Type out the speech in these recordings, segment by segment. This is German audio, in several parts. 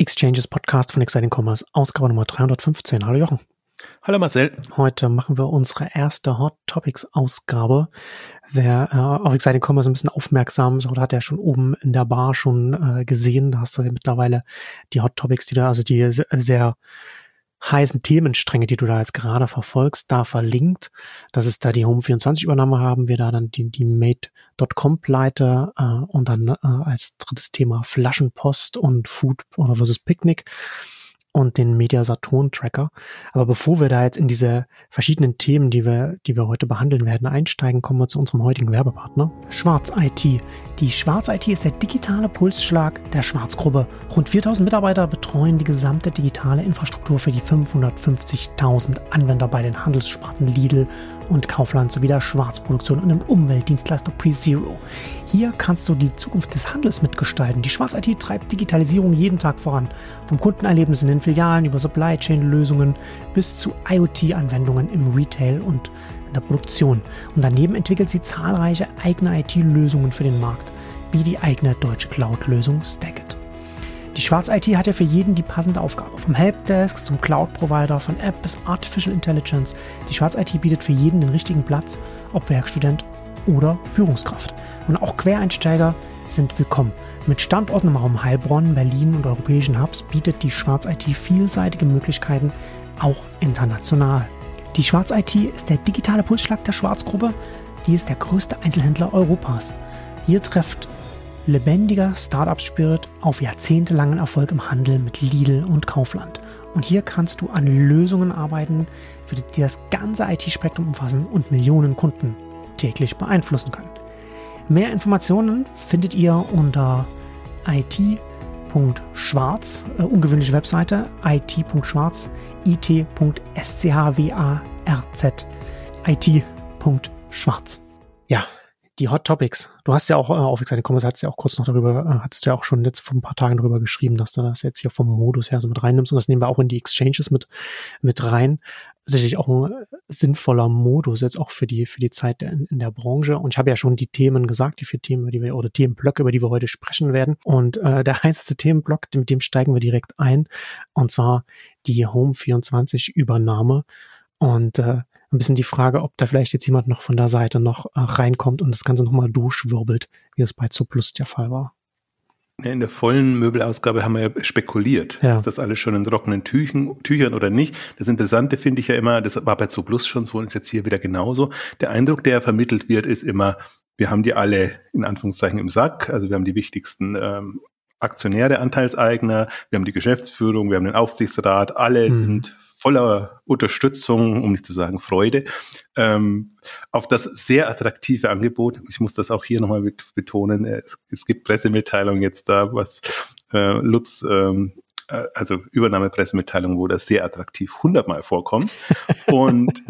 Exchanges Podcast von Exciting Commerce, Ausgabe Nummer 315. Hallo Jochen. Hallo Marcel. Heute machen wir unsere erste Hot Topics Ausgabe. Wer auf Exciting Commerce ein bisschen aufmerksam ist, oder hat ja schon oben in der Bar schon gesehen, da hast du ja mittlerweile die Hot Topics, die sehr heißen Themenstränge, die du da jetzt gerade verfolgst, da verlinkt. Das ist da die Home24-Übernahme, haben wir da dann die Made.com-Pleite und dann als drittes Thema Flaschenpost und Food oder versus Picknick und den Media-Saturn-Tracker. Aber bevor wir da jetzt in diese verschiedenen Themen, die wir heute behandeln werden, einsteigen, kommen wir zu unserem heutigen Werbepartner, Schwarz IT. Die Schwarz IT ist der digitale Pulsschlag der Schwarz-Gruppe. Rund 4.000 Mitarbeiter betreuen die gesamte digitale Infrastruktur für die 550.000 Anwender bei den Handelssparten Lidl und Kaufland sowie der Schwarzproduktion und dem Umweltdienstleister PreZero. Hier kannst du die Zukunft des Handels mitgestalten. Die Schwarz IT treibt Digitalisierung jeden Tag voran. Vom Kundenerlebnis in den Filialen über Supply Chain Lösungen bis zu IoT-Anwendungen im Retail und in der Produktion. Und daneben entwickelt sie zahlreiche eigene IT-Lösungen für den Markt, wie die eigene deutsche Cloud-Lösung Stackit. Die Schwarz IT hat ja für jeden die passende Aufgabe. Vom Helpdesk zum Cloud-Provider, von App bis Artificial Intelligence. Die Schwarz IT bietet für jeden den richtigen Platz, ob Werkstudent oder Führungskraft. Und auch Quereinsteiger sind willkommen. Mit Standorten im Raum Heilbronn, Berlin und europäischen Hubs bietet die Schwarz IT vielseitige Möglichkeiten, auch international. Die Schwarz IT ist der digitale Pulsschlag der Schwarzgruppe. Die ist der größte Einzelhändler Europas. Hier trifft lebendiger Startup-Spirit auf jahrzehntelangen Erfolg im Handel mit Lidl und Kaufland. Und hier kannst du an Lösungen arbeiten, die das ganze IT-Spektrum umfassen und Millionen Kunden täglich beeinflussen können. Mehr Informationen findet ihr unter it.schwarz, ungewöhnliche Webseite, it.schwarz, it.schwarz, it.schwarz. Ja, die Hot Topics. Du hast ja auch auf Exciting Commerce, hattest du ja auch schon jetzt vor ein paar Tagen darüber geschrieben, dass du das jetzt hier vom Modus her so mit reinnimmst, und das nehmen wir auch in die Exchanges mit rein. Sicherlich auch ein sinnvoller Modus jetzt auch für die Zeit in der Branche. Und ich habe ja schon die Themen gesagt, die 4 Themen, Themenblöcke, über die wir heute sprechen werden. Und der heißeste Themenblock, mit dem steigen wir direkt ein, und zwar die Home24-Übernahme. Und ein bisschen die Frage, ob da vielleicht jetzt jemand noch von der Seite noch reinkommt und das Ganze nochmal durchwirbelt, wie es bei Zooplus der Fall war. In der vollen Möbelausgabe haben wir ja spekuliert, ist das alles schon in trockenen Tüchern oder nicht. Das Interessante finde ich ja immer, das war bei Zooplus schon so und ist jetzt hier wieder genauso. Der Eindruck, der vermittelt wird, ist immer, wir haben die alle in Anführungszeichen im Sack, also wir haben die wichtigsten Aktionäre, Anteilseigner, wir haben die Geschäftsführung, wir haben den Aufsichtsrat, alle sind voller Unterstützung, um nicht zu sagen Freude, auf das sehr attraktive Angebot. Ich muss das auch hier nochmal betonen. Es gibt Pressemitteilungen jetzt da, was Lutz, also Übernahmepressemitteilungen, wo das sehr attraktiv 100-mal vorkommt. Und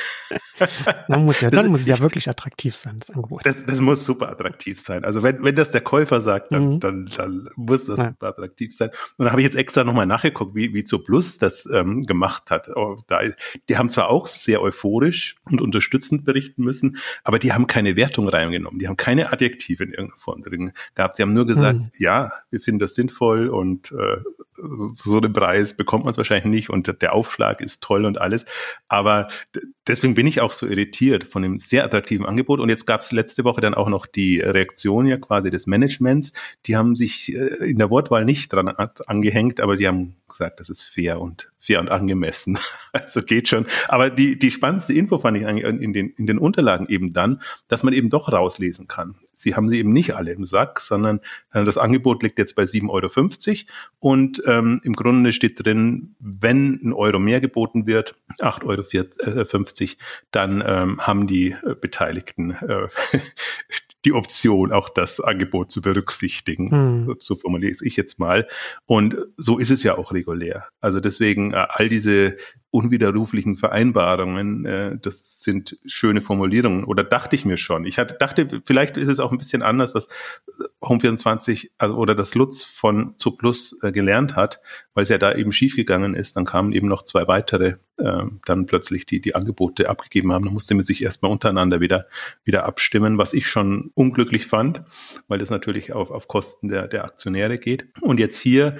dann muss es ja wirklich attraktiv sein, das Angebot. Das muss super attraktiv sein. Also wenn das der Käufer sagt, dann muss das super attraktiv sein. Und da habe ich jetzt extra nochmal nachgeguckt, wie Zooplus das gemacht hat. Die haben zwar auch sehr euphorisch und unterstützend berichten müssen, aber die haben keine Wertung reingenommen. Die haben keine Adjektive in irgendeiner Form drin gehabt. Die haben nur gesagt, ja, wir finden das sinnvoll und so einen Preis bekommt man es wahrscheinlich nicht und der Aufschlag ist toll und alles. Aber deswegen bin ich auch so irritiert von dem sehr attraktiven Angebot. Und jetzt gab es letzte Woche dann auch noch die Reaktion ja quasi des Managements. Die haben sich in der Wortwahl nicht dran angehängt, aber sie haben gesagt, das ist fair und angemessen. Also geht schon. Aber die spannendste Info fand ich in den Unterlagen eben dann, dass man eben doch rauslesen kann. Sie haben sie eben nicht alle im Sack, sondern das Angebot liegt jetzt bei 7,50 € und im Grunde steht drin, wenn €1 mehr geboten wird, 8,50 €, dann haben die Beteiligten die Option, auch das Angebot zu berücksichtigen. So formuliere ich jetzt mal. Und so ist es ja auch regulär. Also deswegen all diese unwiderruflichen Vereinbarungen, das sind schöne Formulierungen. Oder dachte ich mir schon. Ich dachte, vielleicht ist es auch ein bisschen anders, dass Home24 oder das Lutz von Zooplus gelernt hat, weil es ja da eben schiefgegangen ist. Dann kamen eben noch 2 weitere, dann plötzlich die Angebote abgegeben haben. Da musste man sich erstmal untereinander wieder abstimmen, was ich schon unglücklich fand, weil das natürlich auf Kosten der Aktionäre geht. Und jetzt hier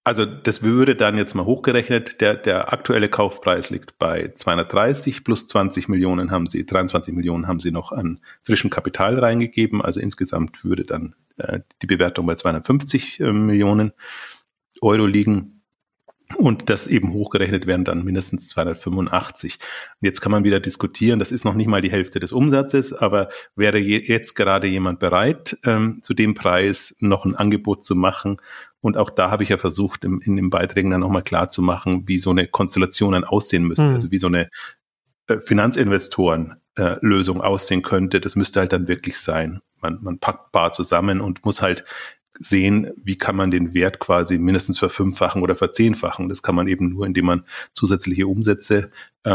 Also das würde dann jetzt mal hochgerechnet, der aktuelle Kaufpreis liegt bei 230 plus 23 Millionen haben sie noch an frischem Kapital reingegeben. Also insgesamt würde dann die Bewertung bei 250 Millionen Euro liegen. Und das eben hochgerechnet wären dann mindestens 285. Und jetzt kann man wieder diskutieren, das ist noch nicht mal die Hälfte des Umsatzes, aber wäre jetzt gerade jemand bereit, zu dem Preis noch ein Angebot zu machen? Und auch da habe ich ja versucht, in den Beiträgen dann nochmal klar zu machen, wie so eine Konstellation dann aussehen müsste, also wie so eine Finanzinvestoren-Lösung aussehen könnte. Das müsste halt dann wirklich sein. Man packt bar zusammen und muss halt sehen, wie kann man den Wert quasi mindestens verfünffachen oder verzehnfachen. Das kann man eben nur, indem man zusätzliche Umsätze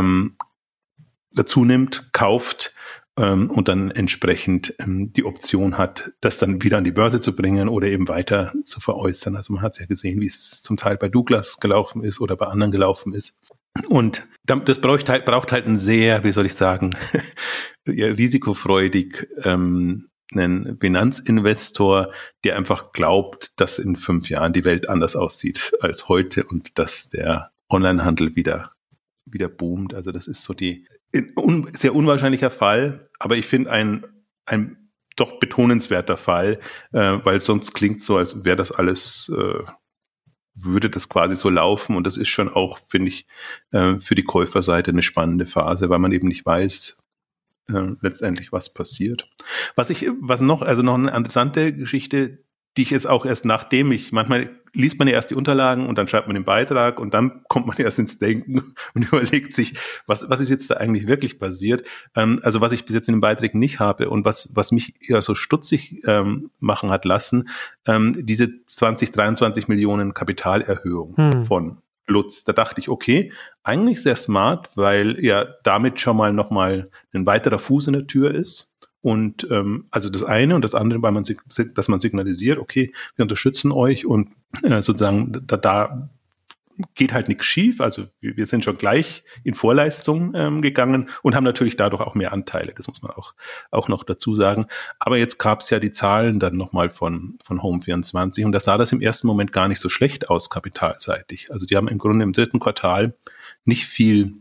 dazu nimmt, kauft und dann entsprechend die Option hat, das dann wieder an die Börse zu bringen oder eben weiter zu veräußern. Also man hat es ja gesehen, wie es zum Teil bei Douglas gelaufen ist oder bei anderen gelaufen ist. Und das braucht halt einen sehr, wie soll ich sagen, risikofreudig einen Finanzinvestor, der einfach glaubt, dass in 5 Jahren die Welt anders aussieht als heute und dass der Onlinehandel wieder boomt. Also das ist so sehr unwahrscheinlicher Fall, aber ich finde ein doch betonenswerter Fall, weil sonst klingt so, als wäre das alles, würde das quasi so laufen, und das ist schon auch, finde ich, für die Käuferseite eine spannende Phase, weil man eben nicht weiß, letztendlich was passiert. Noch eine interessante Geschichte, die ich jetzt auch erst manchmal liest man ja erst die Unterlagen und dann schreibt man den Beitrag und dann kommt man erst ins Denken und überlegt sich, was ist jetzt da eigentlich wirklich passiert? Also was ich bis jetzt in den Beiträgen nicht habe und was mich eher so stutzig machen hat lassen, diese 2023 Millionen Kapitalerhöhung von Lutz. Da dachte ich, okay, eigentlich sehr smart, weil ja damit schon mal nochmal ein weiterer Fuß in der Tür ist. Und also das eine und das andere, weil dass man signalisiert, okay, wir unterstützen euch und sozusagen da geht halt nichts schief. Also wir sind schon gleich in Vorleistung gegangen und haben natürlich dadurch auch mehr Anteile. Das muss man auch noch dazu sagen. Aber jetzt gab es ja die Zahlen dann nochmal von Home24 und da sah das im ersten Moment gar nicht so schlecht aus kapitalseitig. Also die haben im Grunde im 3. Quartal nicht viel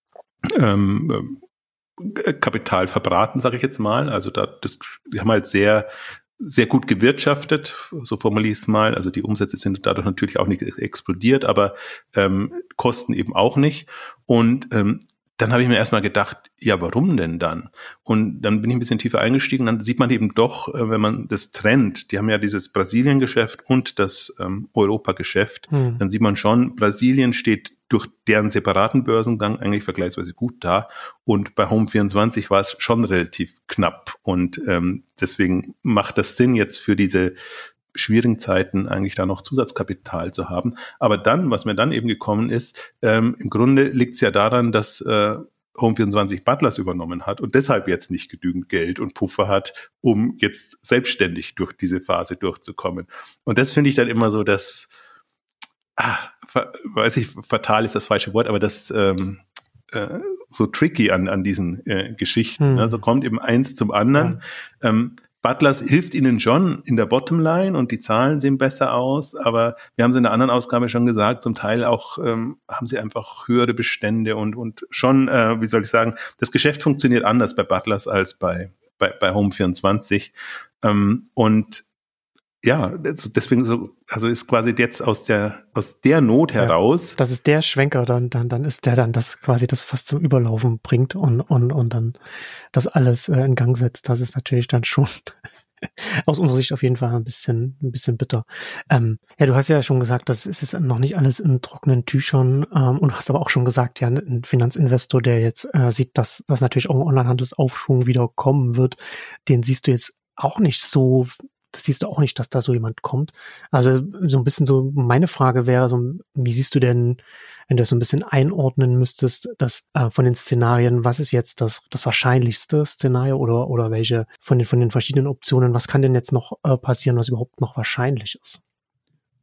Kapital verbraten, sage ich jetzt mal. Also die haben halt sehr, sehr gut gewirtschaftet, so formuliere ich es mal. Also die Umsätze sind dadurch natürlich auch nicht explodiert, aber Kosten eben auch nicht. Und dann habe ich mir erstmal gedacht, ja, warum denn dann? Und dann bin ich ein bisschen tiefer eingestiegen, dann sieht man eben doch, wenn man das trennt, die haben ja dieses Brasilien-Geschäft und das Europa-Geschäft, dann sieht man schon, Brasilien steht durch deren separaten Börsengang eigentlich vergleichsweise gut da. Und bei Home24 war es schon relativ knapp. Und deswegen macht das Sinn, jetzt für diese schwierigen Zeiten eigentlich da noch Zusatzkapital zu haben. Aber dann, was mir dann eben gekommen ist, im Grunde liegt es ja daran, dass Home24 Butlers übernommen hat und deshalb jetzt nicht genügend Geld und Puffer hat, um jetzt selbstständig durch diese Phase durchzukommen. Und das finde ich dann immer so, dass fatal ist das falsche Wort, aber das so tricky an diesen Geschichten. Also kommt eben eins zum anderen. Ja. Butlers hilft ihnen schon in der Bottomline und die Zahlen sehen besser aus, aber wir haben es in der anderen Ausgabe schon gesagt, zum Teil auch haben sie einfach höhere Bestände und schon, wie soll ich sagen, das Geschäft funktioniert anders bei Butlers als bei Home24. Und ja, deswegen also ist quasi jetzt aus der Not heraus. Das ist der Schwenker, dann ist der dann das quasi das fast zum Überlaufen bringt und dann das alles in Gang setzt. Das ist natürlich dann schon aus unserer Sicht auf jeden Fall ein bisschen bitter. Ja, du hast ja schon gesagt, das ist noch nicht alles in trockenen Tüchern und hast aber auch schon gesagt, ja, ein Finanzinvestor, der jetzt sieht, dass natürlich auch ein Onlinehandelsaufschwung wieder kommen wird, den siehst du jetzt auch nicht so. Das siehst du auch nicht, dass da so jemand kommt. Also so ein bisschen so meine Frage wäre so, wie siehst du denn, wenn du das so ein bisschen einordnen müsstest, dass von den Szenarien, was ist jetzt das wahrscheinlichste Szenario oder welche von den verschiedenen Optionen, was kann denn jetzt noch passieren, was überhaupt noch wahrscheinlich ist?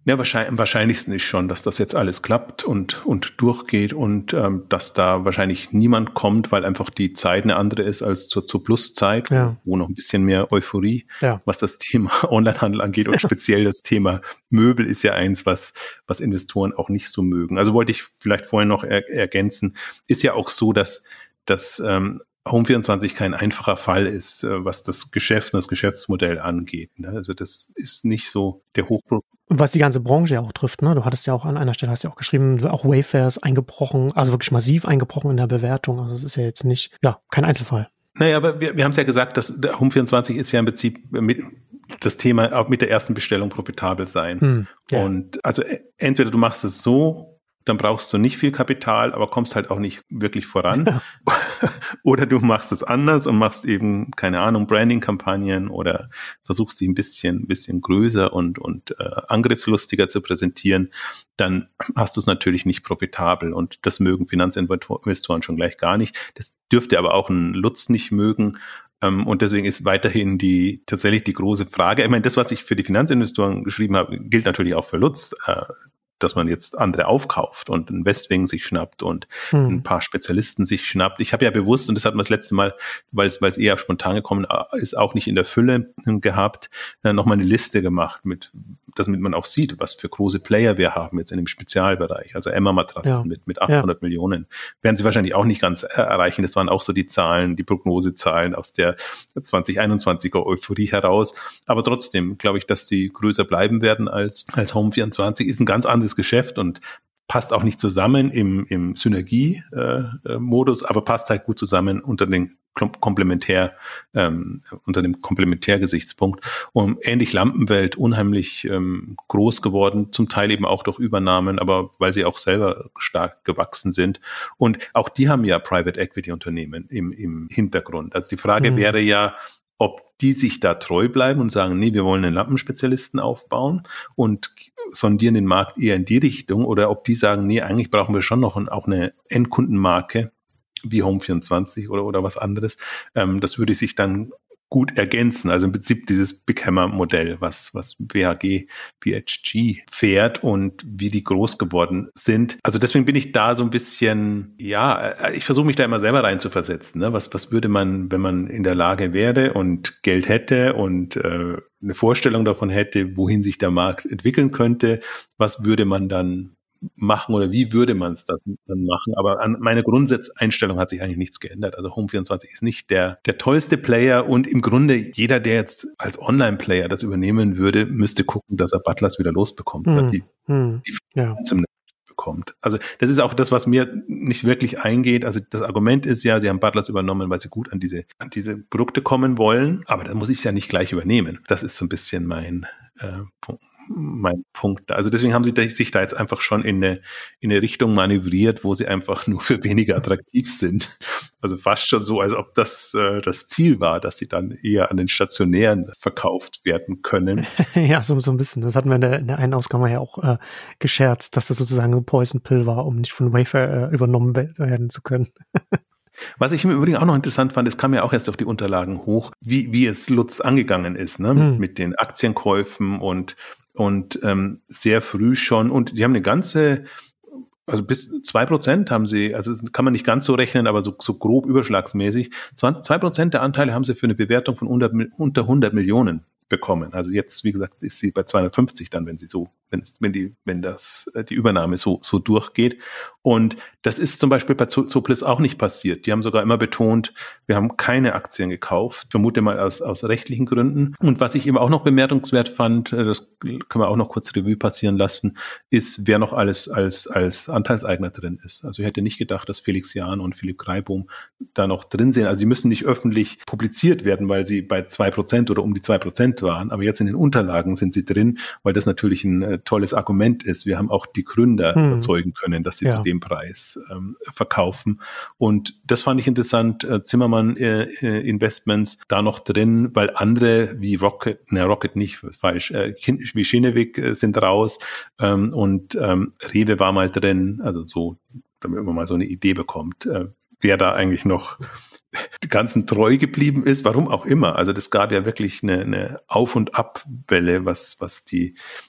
Ja, am wahrscheinlichsten ist schon, dass das jetzt alles klappt und durchgeht und dass da wahrscheinlich niemand kommt, weil einfach die Zeit eine andere ist als zur Pluszeit, wo noch ein bisschen mehr Euphorie, was das Thema Onlinehandel angeht und speziell das Thema Möbel ist ja eins, was Investoren auch nicht so mögen. Also wollte ich vielleicht vorhin noch ergänzen, ist ja auch so, dass Home24 kein einfacher Fall ist, was das Geschäft und das Geschäftsmodell angeht. Also das ist nicht so der Hochburg. Und was die ganze Branche ja auch trifft, ne? Du hattest ja auch an einer Stelle, hast ja auch geschrieben, auch Wayfair ist eingebrochen, also wirklich massiv eingebrochen in der Bewertung. Also es ist ja jetzt nicht, kein Einzelfall. Naja, aber wir haben es ja gesagt, dass der Home24 ist ja im Prinzip das Thema auch mit der ersten Bestellung profitabel sein. Und also entweder du machst es so, dann brauchst du nicht viel Kapital, aber kommst halt auch nicht wirklich voran. Ja. Oder du machst es anders und machst eben, keine Ahnung, Branding-Kampagnen oder versuchst die ein bisschen größer und angriffslustiger zu präsentieren. Dann hast du es natürlich nicht profitabel und das mögen Finanzinvestoren schon gleich gar nicht. Das dürfte aber auch ein Lutz nicht mögen. Und deswegen ist weiterhin tatsächlich die große Frage. Ich meine, das, was ich für die Finanzinvestoren geschrieben habe, gilt natürlich auch für Lutz. Dass man jetzt andere aufkauft und einen Westwing sich schnappt und ein paar Spezialisten sich schnappt. Ich habe ja bewusst, und das hatten wir das letzte Mal, weil es eher spontan gekommen ist, auch nicht in der Fülle gehabt, nochmal eine Liste gemacht, damit man auch sieht, was für große Player wir haben jetzt in dem Spezialbereich. Also Emma-Matratzen mit 800 Millionen. Werden sie wahrscheinlich auch nicht ganz erreichen. Das waren auch so die Zahlen, die Prognosezahlen aus der 2021er Euphorie heraus. Aber trotzdem glaube ich, dass sie größer bleiben werden als Home24. Ist ein ganz anderes Geschäft und passt auch nicht zusammen im Synergie-Modus, aber passt halt gut zusammen unter dem Komplementärgesichtspunkt. Und ähnlich Lampenwelt, unheimlich groß geworden, zum Teil eben auch durch Übernahmen, aber weil sie auch selber stark gewachsen sind. Und auch die haben ja Private Equity Unternehmen im Hintergrund. Also die Frage wäre ja, ob die sich da treu bleiben und sagen, nee, wir wollen einen Lampenspezialisten aufbauen und sondieren den Markt eher in die Richtung, oder ob die sagen, nee, eigentlich brauchen wir schon noch auch eine Endkundenmarke wie Home24 oder was anderes. Das würde sich dann gut ergänzen. Also im Prinzip dieses Big Hammer Modell, was BHG fährt und wie die groß geworden sind. Also deswegen bin ich da so ein bisschen, ich versuche mich da immer selber reinzuversetzen. Ne? Was würde man, wenn man in der Lage wäre und Geld hätte und eine Vorstellung davon hätte, wohin sich der Markt entwickeln könnte, was würde man dann machen oder wie würde man es dann machen? Aber an meiner Grundsatzeinstellung hat sich eigentlich nichts geändert. Also Home24 ist nicht der tollste Player und im Grunde jeder, der jetzt als Online-Player das übernehmen würde, müsste gucken, dass er Butlers wieder losbekommt oder die zum bekommt. Also das ist auch das, was mir nicht wirklich eingeht. Also das Argument ist ja, sie haben Butlers übernommen, weil sie gut an diese Produkte kommen wollen, aber dann muss ich es ja nicht gleich übernehmen. Das ist so ein bisschen mein Punkt. Also deswegen haben sie sich da jetzt einfach schon in eine Richtung manövriert, wo sie einfach nur für weniger attraktiv sind. Also fast schon so, als ob das Ziel war, dass sie dann eher an den Stationären verkauft werden können. Ja, so ein bisschen. Das hatten wir in der einen Ausgabe ja auch gescherzt, dass das sozusagen ein Poison Pill war, um nicht von Wayfair übernommen werden zu können. Was ich im Übrigen auch noch interessant fand, es kam ja auch erst auf die Unterlagen hoch, wie es Lutz angegangen ist, ne? Mit den Aktienkäufen und sehr früh schon. Und die haben eine ganze, also bis 2% haben sie, also das kann man nicht ganz so rechnen, aber so grob überschlagsmäßig, 2% der Anteile haben sie für eine Bewertung von unter 100 Millionen bekommen. Also jetzt, wie gesagt, ist sie bei 250 dann, wenn die Übernahme so durchgeht. Und das ist zum Beispiel bei Zooplus auch nicht passiert. Die haben sogar immer betont, wir haben keine Aktien gekauft, vermute mal aus rechtlichen Gründen. Und was ich eben auch noch bemerkenswert fand, das können wir auch noch kurz Revue passieren lassen, ist, wer noch alles als Anteilseigner drin ist. Also ich hätte nicht gedacht, dass Felix Jahn und Philipp Kreibohm da noch drin sind. Also sie müssen nicht öffentlich publiziert werden, weil sie bei 2% oder um die 2% waren. Aber jetzt in den Unterlagen sind sie drin, weil das natürlich ein tolles Argument ist. Wir haben auch die Gründer überzeugen können, dass sie zu dem Preis verkaufen. Und das fand ich interessant. Zimmermann Investments da noch drin, weil andere wie Rocket nicht, falsch, wie Schinewig sind raus und Rewe war mal drin. Also so, damit man mal so eine Idee bekommt, wer da eigentlich noch die ganzen treu geblieben ist, warum auch immer. Also das gab ja wirklich eine Auf- und Abwelle, was die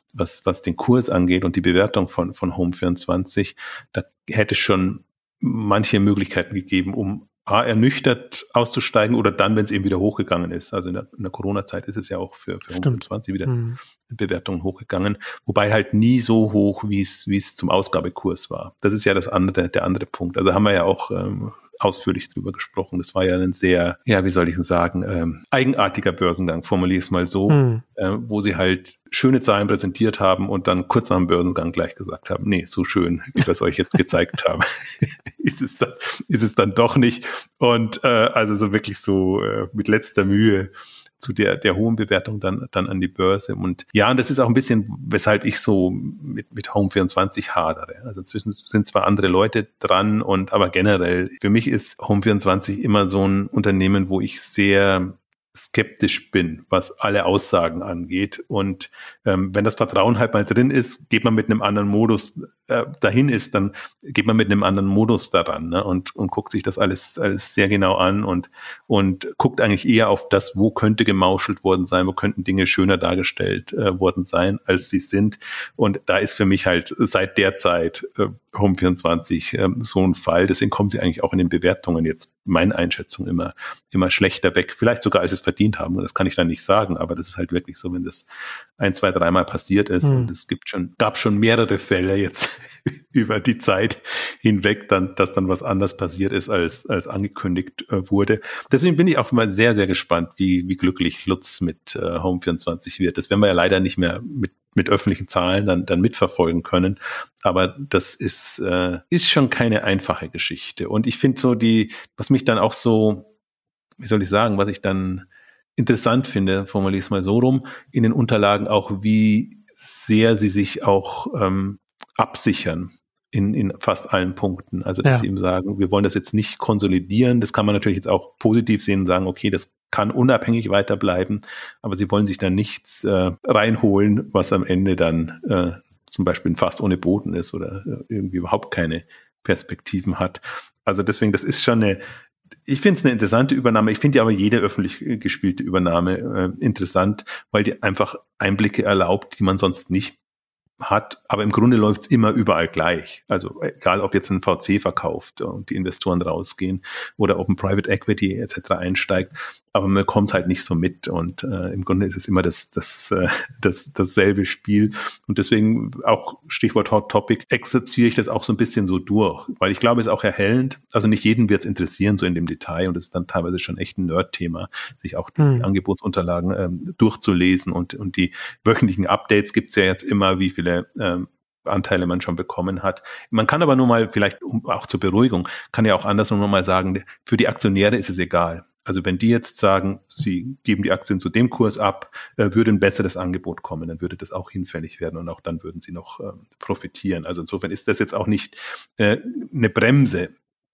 was den Kurs angeht und die Bewertung von Home24, da hätte es schon manche Möglichkeiten gegeben, um ernüchtert auszusteigen oder dann, wenn es eben wieder hochgegangen ist. Also in der Corona-Zeit ist es ja auch für Home24 wieder Bewertungen hochgegangen, wobei halt nie so hoch, wie es zum Ausgabekurs war. Das ist ja der andere Punkt. Also haben wir ja auch ausführlich drüber gesprochen. Das war ja ein sehr, wie soll ich denn sagen, eigenartiger Börsengang, formuliere ich es mal so, wo sie halt schöne Zahlen präsentiert haben und dann kurz nach dem Börsengang gleich gesagt haben, nee, so schön, wie wir es euch jetzt gezeigt haben, ist es dann doch nicht. Und also so wirklich so mit letzter Mühe zu der hohen Bewertung dann an die Börse. Und ja, und das ist auch ein bisschen, weshalb ich so mit Home24 hadere. Also inzwischen sind zwar andere Leute dran, aber generell, für mich ist Home24 immer so ein Unternehmen, wo ich sehr skeptisch bin, was alle Aussagen angeht. Und wenn das Vertrauen halt mal drin ist, geht man mit einem anderen Modus dahin ist, dann geht man mit einem anderen Modus daran, ne? und guckt sich das alles sehr genau an und guckt eigentlich eher auf das, wo könnte gemauschelt worden sein, wo könnten Dinge schöner dargestellt worden sein, als sie sind. Und da ist für mich halt seit der Zeit Home24 so ein Fall. Deswegen kommen sie eigentlich auch in den Bewertungen jetzt, meine Einschätzung, immer schlechter weg. Vielleicht sogar, als sie es verdient haben. Und das kann ich dann nicht sagen, aber das ist halt wirklich so, wenn das 1, 2, 3 Mal passiert ist. Und es gab schon mehrere Fälle jetzt über die Zeit hinweg, dass dann was anders passiert ist, als angekündigt wurde. Deswegen bin ich auch mal sehr, sehr gespannt, wie glücklich Lutz mit Home24 wird. Das werden wir ja leider nicht mehr mit öffentlichen Zahlen dann mitverfolgen können. Aber das ist schon keine einfache Geschichte. Und ich finde so was mich dann auch so, wie soll ich sagen, was ich dann interessant finde, formuliere ich es mal so rum, in den Unterlagen auch, wie sehr sie sich auch absichern in fast allen Punkten. Also, dass sie eben sagen, wir wollen das jetzt nicht konsolidieren. Das kann man natürlich jetzt auch positiv sehen und sagen, okay, das kann unabhängig weiterbleiben, aber sie wollen sich da nichts reinholen, was am Ende dann zum Beispiel ein Fass ohne Boden ist oder irgendwie überhaupt keine Perspektiven hat. Also deswegen, das ist schon ich finde es eine interessante Übernahme. Ich finde ja aber jede öffentlich gespielte Übernahme interessant, weil die einfach Einblicke erlaubt, die man sonst nicht hat, aber im Grunde läuft's immer überall gleich. Also egal, ob jetzt ein VC verkauft und die Investoren rausgehen oder ob ein Private Equity etc. einsteigt, aber man kommt halt nicht so mit und im Grunde ist es immer dasselbe Spiel und deswegen auch Stichwort Hot Topic, exerziere ich das auch so ein bisschen so durch, weil ich glaube, es ist auch erhellend, also nicht jeden wird's interessieren so in dem Detail und es ist dann teilweise schon echt ein Nerd-Thema, sich auch die Angebotsunterlagen durchzulesen und die wöchentlichen Updates gibt's ja jetzt immer, wie viele Anteile man schon bekommen hat. Man kann aber nur mal, vielleicht auch zur Beruhigung, kann ja auch andersrum nur mal sagen, für die Aktionäre ist es egal. Also wenn die jetzt sagen, sie geben die Aktien zu dem Kurs ab, würde ein besseres Angebot kommen, dann würde das auch hinfällig werden und auch dann würden sie noch profitieren. Also insofern ist das jetzt auch nicht eine Bremse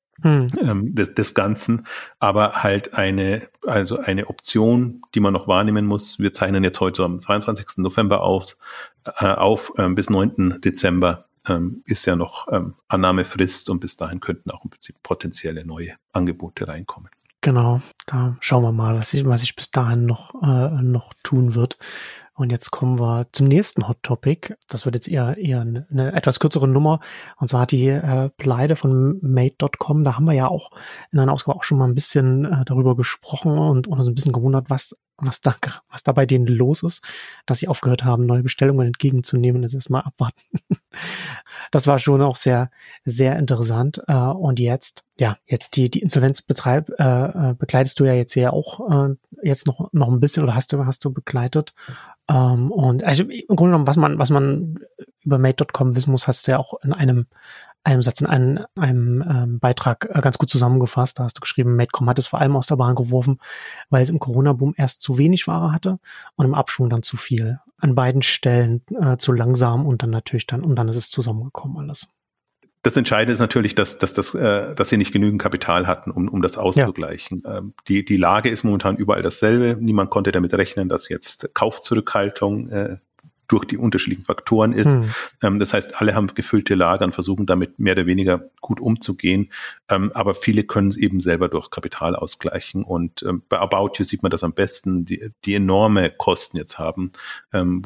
des Ganzen, aber halt eine Option, die man noch wahrnehmen muss. Wir zeichnen jetzt heute am 22. November auf bis 9. Dezember ist ja noch Annahmefrist und bis dahin könnten auch im Prinzip potenzielle neue Angebote reinkommen. Genau, da schauen wir mal, was sich bis dahin noch tun wird. Und jetzt kommen wir zum nächsten Hot Topic. Das wird jetzt eher eine etwas kürzere Nummer. Und zwar hat die Pleite von Made.com. Da haben wir ja auch in einer Ausgabe auch schon mal ein bisschen darüber gesprochen und uns ein bisschen gewundert, was da bei denen los ist, dass sie aufgehört haben, neue Bestellungen entgegenzunehmen. Das erstmal abwarten. Das war schon auch sehr, sehr interessant. Und jetzt die Insolvenz begleitest du ja jetzt ja auch jetzt noch ein bisschen oder hast du begleitet. Und also im Grunde genommen, was man über Made.com wissen muss, hast du ja auch in einem Satz in einem Beitrag ganz gut zusammengefasst. Da hast du geschrieben, Made.com hat es vor allem aus der Bahn geworfen, weil es im Corona-Boom erst zu wenig Ware hatte und im Abschwung dann zu viel. An beiden Stellen zu langsam und dann ist es zusammengekommen alles. Das Entscheidende ist natürlich, dass sie nicht genügend Kapital hatten, um das auszugleichen. Ja. Die Lage ist momentan überall dasselbe. Niemand konnte damit rechnen, dass jetzt Kaufzurückhaltung durch die unterschiedlichen Faktoren ist. Das heißt, alle haben gefüllte Lager und versuchen damit mehr oder weniger gut umzugehen. Aber viele können es eben selber durch Kapital ausgleichen. Und bei About You sieht man das am besten, die enorme Kosten jetzt haben, wo das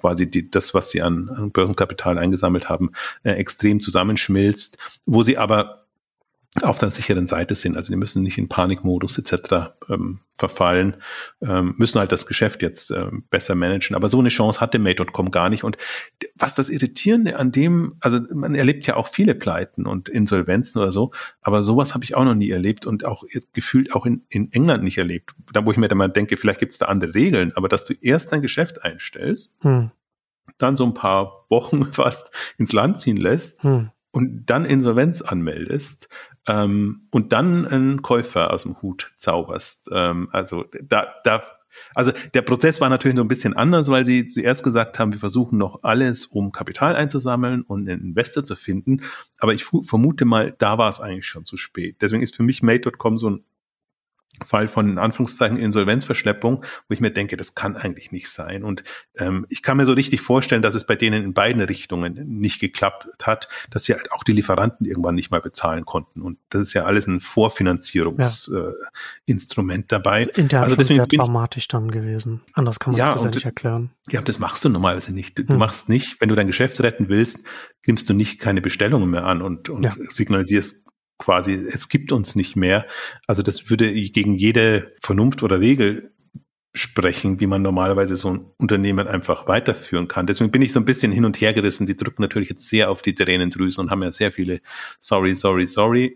quasi das, was sie an Börsenkapital eingesammelt haben, extrem zusammenschmilzt, wo sie aber auf der sicheren Seite sind. Also die müssen nicht in Panikmodus etc. Verfallen, müssen halt das Geschäft jetzt besser managen. Aber so eine Chance hatte Made.com gar nicht. Und was das Irritierende an dem, also man erlebt ja auch viele Pleiten und Insolvenzen oder so, aber sowas habe ich auch noch nie erlebt und auch gefühlt auch in England nicht erlebt. Da, wo ich mir dann mal denke, vielleicht gibt es da andere Regeln, aber dass du erst dein Geschäft einstellst, dann so ein paar Wochen fast ins Land ziehen lässt und dann Insolvenz anmeldest, und dann einen Käufer aus dem Hut zauberst. Also der Prozess war natürlich so ein bisschen anders, weil sie zuerst gesagt haben, wir versuchen noch alles, um Kapital einzusammeln und einen Investor zu finden. Aber ich vermute mal, da war es eigentlich schon zu spät. Deswegen ist für mich Made.com so ein Fall von, in Anführungszeichen, Insolvenzverschleppung, wo ich mir denke, das kann eigentlich nicht sein. Und ich kann mir so richtig vorstellen, dass es bei denen in beiden Richtungen nicht geklappt hat, dass sie halt auch die Lieferanten irgendwann nicht mal bezahlen konnten. Und das ist ja alles ein Vorfinanzierungsinstrument dabei. Intern also deswegen sehr dramatisch dann gewesen. Anders kann man sich das ja nicht erklären. Ja, das machst du normalerweise nicht. Du machst nicht, wenn du dein Geschäft retten willst, nimmst du nicht keine Bestellungen mehr an und signalisierst quasi, es gibt uns nicht mehr. Also das würde gegen jede Vernunft oder Regel sprechen, wie man normalerweise so ein Unternehmen einfach weiterführen kann. Deswegen bin ich so ein bisschen hin und her gerissen. Die drücken natürlich jetzt sehr auf die Tränendrüsen und haben ja sehr viele sorry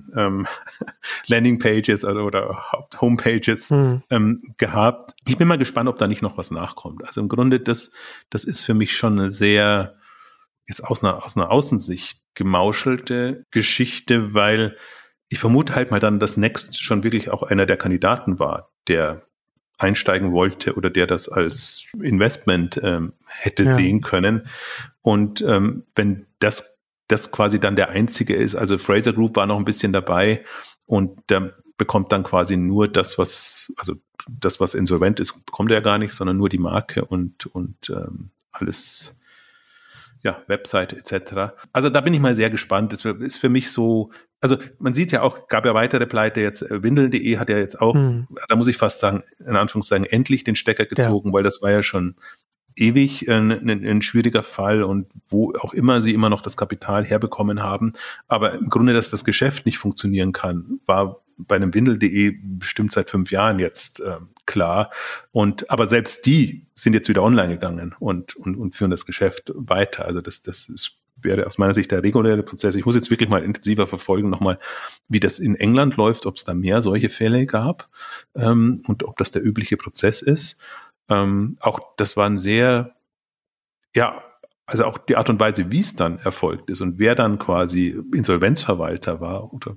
Landingpages oder Homepages gehabt. Ich bin mal gespannt, ob da nicht noch was nachkommt. Also im Grunde, das ist für mich schon eine sehr, jetzt aus einer Außensicht gemauschelte Geschichte, weil ich vermute halt mal dann, dass Next schon wirklich auch einer der Kandidaten war, der einsteigen wollte oder der das als Investment hätte sehen können. Und wenn das quasi dann der einzige ist, also Fraser Group war noch ein bisschen dabei und der bekommt dann quasi nur das, was insolvent ist, bekommt er gar nicht, sondern nur die Marke und alles, Webseite etc. Also da bin ich mal sehr gespannt. Das ist für mich so, also man sieht ja auch, gab ja weitere Pleite jetzt, Windeln.de hat ja jetzt auch, da muss ich fast sagen, in Anführungszeichen endlich den Stecker gezogen, weil das war ja schon ewig ein schwieriger Fall und wo auch immer sie immer noch das Kapital herbekommen haben. Aber im Grunde, dass das Geschäft nicht funktionieren kann, war bei einem Windeln.de bestimmt seit 5 Jahren jetzt klar. Aber selbst die sind jetzt wieder online gegangen und führen das Geschäft weiter. Also wäre aus meiner Sicht der reguläre Prozess. Ich muss jetzt wirklich mal intensiver verfolgen, nochmal, wie das in England läuft, ob es da mehr solche Fälle gab und ob das der übliche Prozess ist. Auch das waren sehr, also auch die Art und Weise, wie es dann erfolgt ist und wer dann quasi Insolvenzverwalter war oder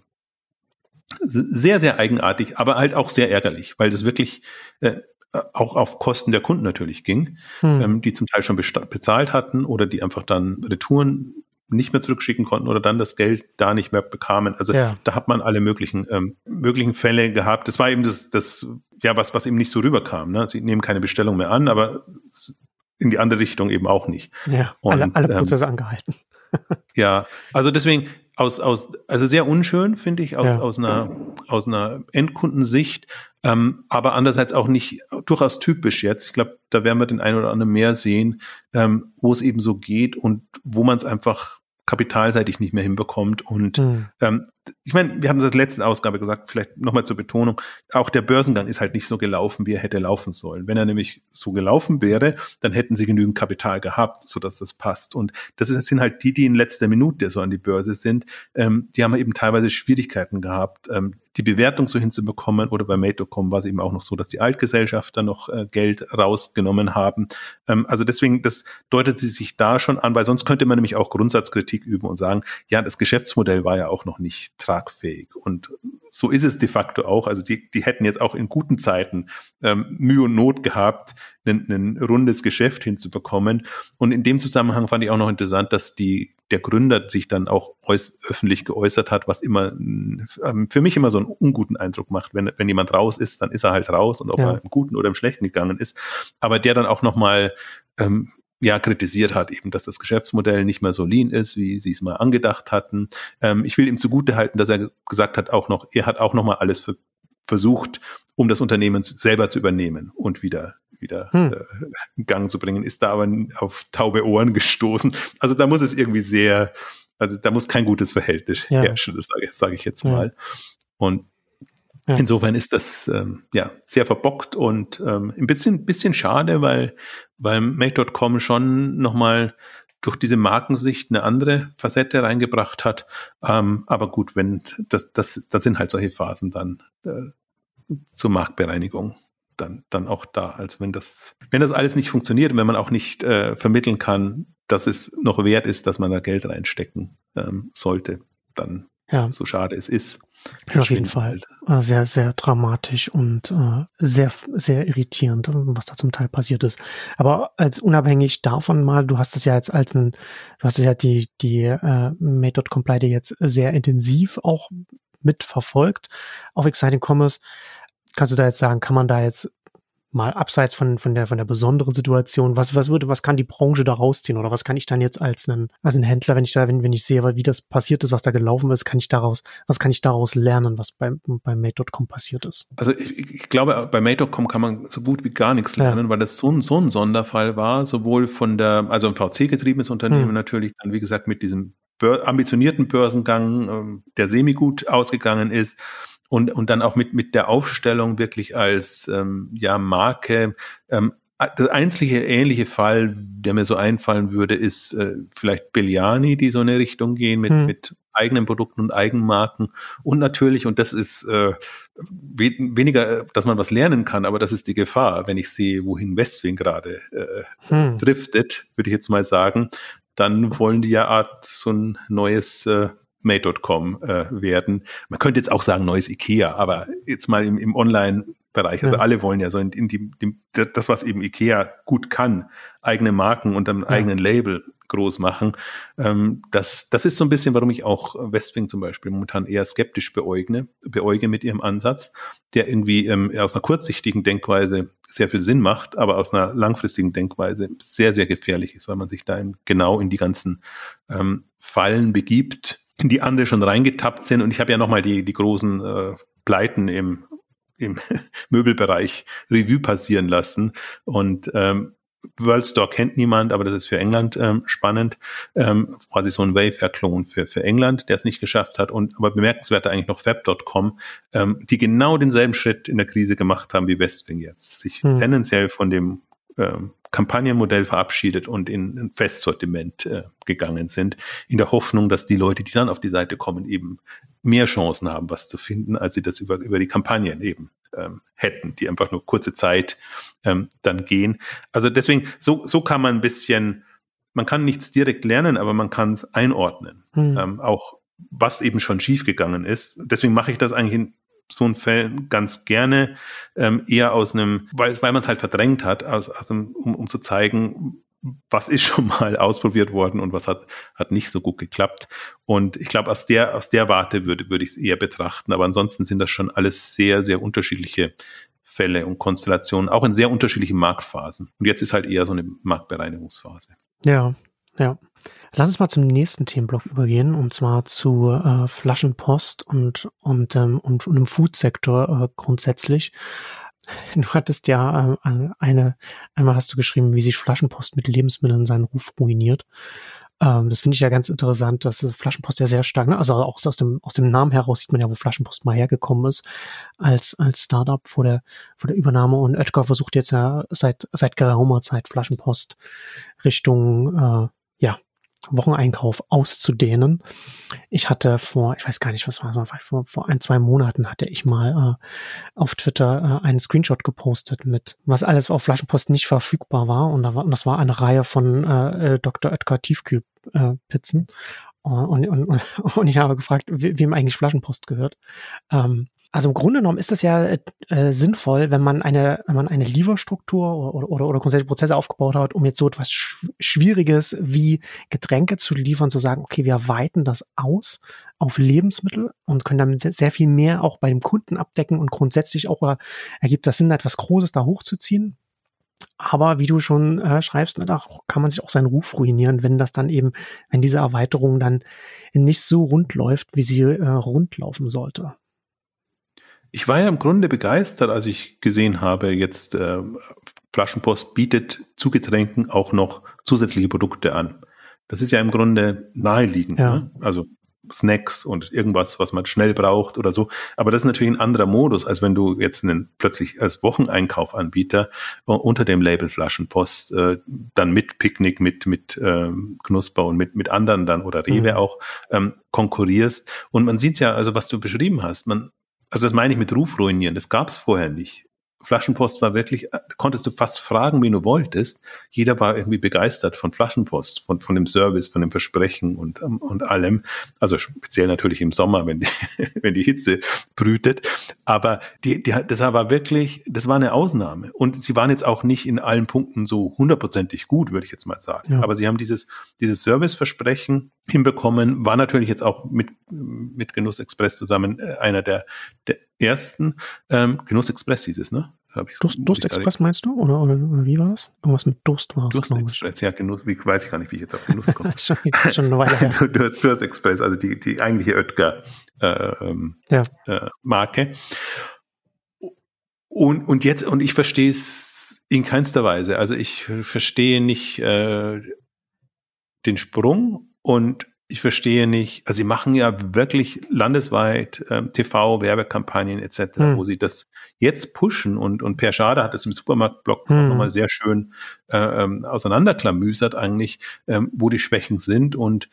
sehr, sehr eigenartig, aber halt auch sehr ärgerlich, weil das wirklich auch auf Kosten der Kunden natürlich ging, die zum Teil schon bezahlt hatten oder die einfach dann Retouren nicht mehr zurückschicken konnten oder dann das Geld da nicht mehr bekamen. Also da hat man alle möglichen Fälle gehabt. Das war eben das was eben nicht so rüberkam. Ne? Sie nehmen keine Bestellung mehr an, aber in die andere Richtung eben auch nicht. Ja, und, alle Prozesse angehalten. Ja, also deswegen also sehr unschön, finde ich, aus einer Endkundensicht, aber andererseits auch nicht durchaus typisch jetzt. Ich glaube, da werden wir den einen oder anderen mehr sehen, wo es eben so geht und wo man es einfach kapitalseitig nicht mehr hinbekommt. Und ich meine, wir haben das in der letzten Ausgabe gesagt, vielleicht nochmal zur Betonung, auch der Börsengang ist halt nicht so gelaufen, wie er hätte laufen sollen. Wenn er nämlich so gelaufen wäre, dann hätten sie genügend Kapital gehabt, sodass das passt. Und das sind halt die in letzter Minute so an die Börse sind. Die haben eben teilweise Schwierigkeiten gehabt, die Bewertung so hinzubekommen, oder bei Made.com war es eben auch noch so, dass die Altgesellschafter noch Geld rausgenommen haben. Also deswegen, das deutet sich da schon an, weil sonst könnte man nämlich auch Grundsatzkritik üben und sagen, ja, das Geschäftsmodell war ja auch noch nicht tragfähig. Und so ist es de facto auch. Also die hätten jetzt auch in guten Zeiten Mühe und Not gehabt, ein rundes Geschäft hinzubekommen. Und in dem Zusammenhang fand ich auch noch interessant, dass der Gründer sich dann auch öffentlich geäußert hat, was immer für mich immer so einen unguten Eindruck macht. Wenn jemand raus ist, dann ist er halt raus, und ob er im Guten oder im Schlechten gegangen ist. Aber der dann auch nochmal kritisiert hat, eben, dass das Geschäftsmodell nicht mehr so lean ist, wie sie es mal angedacht hatten. Ich will ihm zugutehalten, dass er gesagt hat, er hat auch nochmal alles versucht, um das Unternehmen selber zu übernehmen und wieder wieder in Gang zu bringen, ist da aber auf taube Ohren gestoßen. Also da muss es irgendwie da muss kein gutes Verhältnis herrschen, das sage ich jetzt mal. Und insofern ist das sehr verbockt und ein bisschen schade, weil Made.com schon nochmal durch diese Markensicht eine andere Facette reingebracht hat. Aber gut, wenn das sind halt solche Phasen dann zur Marktbereinigung dann auch da. Also wenn das alles nicht funktioniert und wenn man auch nicht vermitteln kann, dass es noch wert ist, dass man da Geld reinstecken sollte, dann so schade es ist. Auf jeden Fall. Sehr, sehr dramatisch und sehr, sehr irritierend, was da zum Teil passiert ist. Aber als unabhängig davon mal, du hast es ja jetzt die Made.com-Pleite jetzt sehr intensiv auch mitverfolgt auf Exciting Commerce. Kannst du da jetzt sagen, kann man da jetzt mal abseits von der besonderen Situation, was kann die Branche da rausziehen oder was kann ich dann jetzt als ein Händler, wenn ich sehe, wie das passiert ist, was da gelaufen ist, was kann ich daraus lernen, was bei Made.com passiert ist? Also ich glaube, bei Made.com kann man so gut wie gar nichts lernen, weil das so ein Sonderfall war, sowohl also ein VC-getriebenes Unternehmen natürlich, dann wie gesagt mit diesem ambitionierten Börsengang, der semi-gut ausgegangen ist, und dann auch mit der Aufstellung wirklich als Marke. Der einzige ähnliche Fall, der mir so einfallen würde, ist vielleicht Belliani, die so in eine Richtung gehen mit eigenen Produkten und Eigenmarken. Und natürlich, und das ist weniger, dass man was lernen kann, aber das ist die Gefahr, wenn ich sehe, wohin Westwing gerade driftet, würde ich jetzt mal sagen, dann wollen die so ein neues Made.com werden. Man könnte jetzt auch sagen, neues Ikea, aber jetzt mal im Online-Bereich. Also alle wollen ja so das, was eben Ikea gut kann, eigene Marken und einem eigenen Label groß machen. Das ist so ein bisschen, warum ich auch Westwing zum Beispiel momentan eher skeptisch beäuge mit ihrem Ansatz, der irgendwie aus einer kurzsichtigen Denkweise sehr viel Sinn macht, aber aus einer langfristigen Denkweise sehr, sehr gefährlich ist, weil man sich da genau in die ganzen Fallen begibt, in die andere schon reingetappt sind. Und ich habe ja nochmal die großen Pleiten im Möbelbereich Revue passieren lassen. Und World Store kennt niemand, aber das ist für England spannend. Quasi so ein Wayfair-Klon für England, der es nicht geschafft hat. Aber bemerkenswerter eigentlich noch Fab.com, die genau denselben Schritt in der Krise gemacht haben wie Westwing jetzt. Sich tendenziell von dem Kampagnenmodell verabschiedet und in ein Festsortiment gegangen sind, in der Hoffnung, dass die Leute, die dann auf die Seite kommen, eben mehr Chancen haben, was zu finden, als sie das über die Kampagnen eben hätten, die einfach nur kurze Zeit dann gehen. Also deswegen, so kann man ein bisschen, man kann nichts direkt lernen, aber man kann es einordnen. Auch was eben schon schiefgegangen ist. Deswegen mache ich das eigentlich in so einen Fällen ganz gerne, eher aus einem, weil man es halt verdrängt hat, um zu zeigen, was ist schon mal ausprobiert worden und was hat nicht so gut geklappt. Und ich glaube, aus der Warte würde ich es eher betrachten. Aber ansonsten sind das schon alles sehr, sehr unterschiedliche Fälle und Konstellationen, auch in sehr unterschiedlichen Marktphasen. Und jetzt ist halt eher so eine Marktbereinigungsphase. Ja. Lass uns mal zum nächsten Themenblock übergehen, und zwar zu Flaschenpost und im Food-Sektor grundsätzlich. Du hattest ja einmal hast du geschrieben, wie sich Flaschenpost mit Lebensmitteln seinen Ruf ruiniert. Das finde ich ja ganz interessant, dass Flaschenpost ja sehr stark, ne? Also auch aus dem Namen heraus sieht man ja, wo Flaschenpost mal hergekommen ist, als Startup vor der Übernahme. Und Oetker versucht jetzt ja seit geraumer Zeit Flaschenpost Richtung Wocheneinkauf auszudehnen. Ich hatte ich weiß gar nicht, was war, vor 1-2 Monaten hatte ich mal auf Twitter einen Screenshot gepostet mit, was alles auf Flaschenpost nicht verfügbar war. Und das war eine Reihe von Dr. Oetker Tiefkühlpizzen. Und ich habe gefragt, wem eigentlich Flaschenpost gehört. Also im Grunde genommen ist das ja sinnvoll, wenn man eine Lieferstruktur oder grundsätzlich Prozesse aufgebaut hat, um jetzt so etwas Schwieriges wie Getränke zu liefern, zu sagen, okay, wir weiten das aus auf Lebensmittel und können damit sehr viel mehr auch bei dem Kunden abdecken und grundsätzlich auch ergibt das Sinn, etwas Großes da hochzuziehen. Aber wie du schon schreibst, da kann man sich auch seinen Ruf ruinieren, wenn diese Erweiterung dann nicht so rund läuft, wie sie rund laufen sollte. Ich war ja im Grunde begeistert, als ich gesehen habe, jetzt Flaschenpost bietet zu Getränken auch noch zusätzliche Produkte an. Das ist ja im Grunde naheliegend, ne? Also Snacks und irgendwas, was man schnell braucht oder so. Aber das ist natürlich ein anderer Modus, als wenn du jetzt plötzlich als Wocheneinkaufanbieter unter dem Label Flaschenpost dann mit Picknick, mit Knusper und mit anderen dann oder Rewe auch konkurrierst. Und man sieht ja, also was du beschrieben hast, also das meine ich mit Ruf ruinieren, das gab es vorher nicht. Flaschenpost war wirklich, konntest du fast fragen, wen du wolltest. Jeder war irgendwie begeistert von Flaschenpost, von dem Service, von dem Versprechen und allem. Also speziell natürlich im Sommer, wenn die Hitze brütet. Aber das war eine Ausnahme. Und sie waren jetzt auch nicht in allen Punkten so 100%ig gut, würde ich jetzt mal sagen. Ja. Aber sie haben dieses Serviceversprechen hinbekommen, war natürlich jetzt auch mit Genuss Express zusammen einer der ersten. Genuss Express hieß es, ne? Durst Express meinst du? Oder wie war das? Irgendwas mit Durst war es, Durst Express, ja, Genuss. Weiß ich gar nicht, wie ich jetzt auf Genuss komme. schon eine Weile her. Durst Express, also die eigentliche Oetker Marke. Und ich verstehe es in keinster Weise. Also ich verstehe nicht den Sprung und ich verstehe nicht, also sie machen ja wirklich landesweit TV-Werbekampagnen etc., wo sie das jetzt pushen und Per Schade hat das im Supermarktblog nochmal sehr schön auseinanderklamüsert eigentlich, wo die Schwächen sind und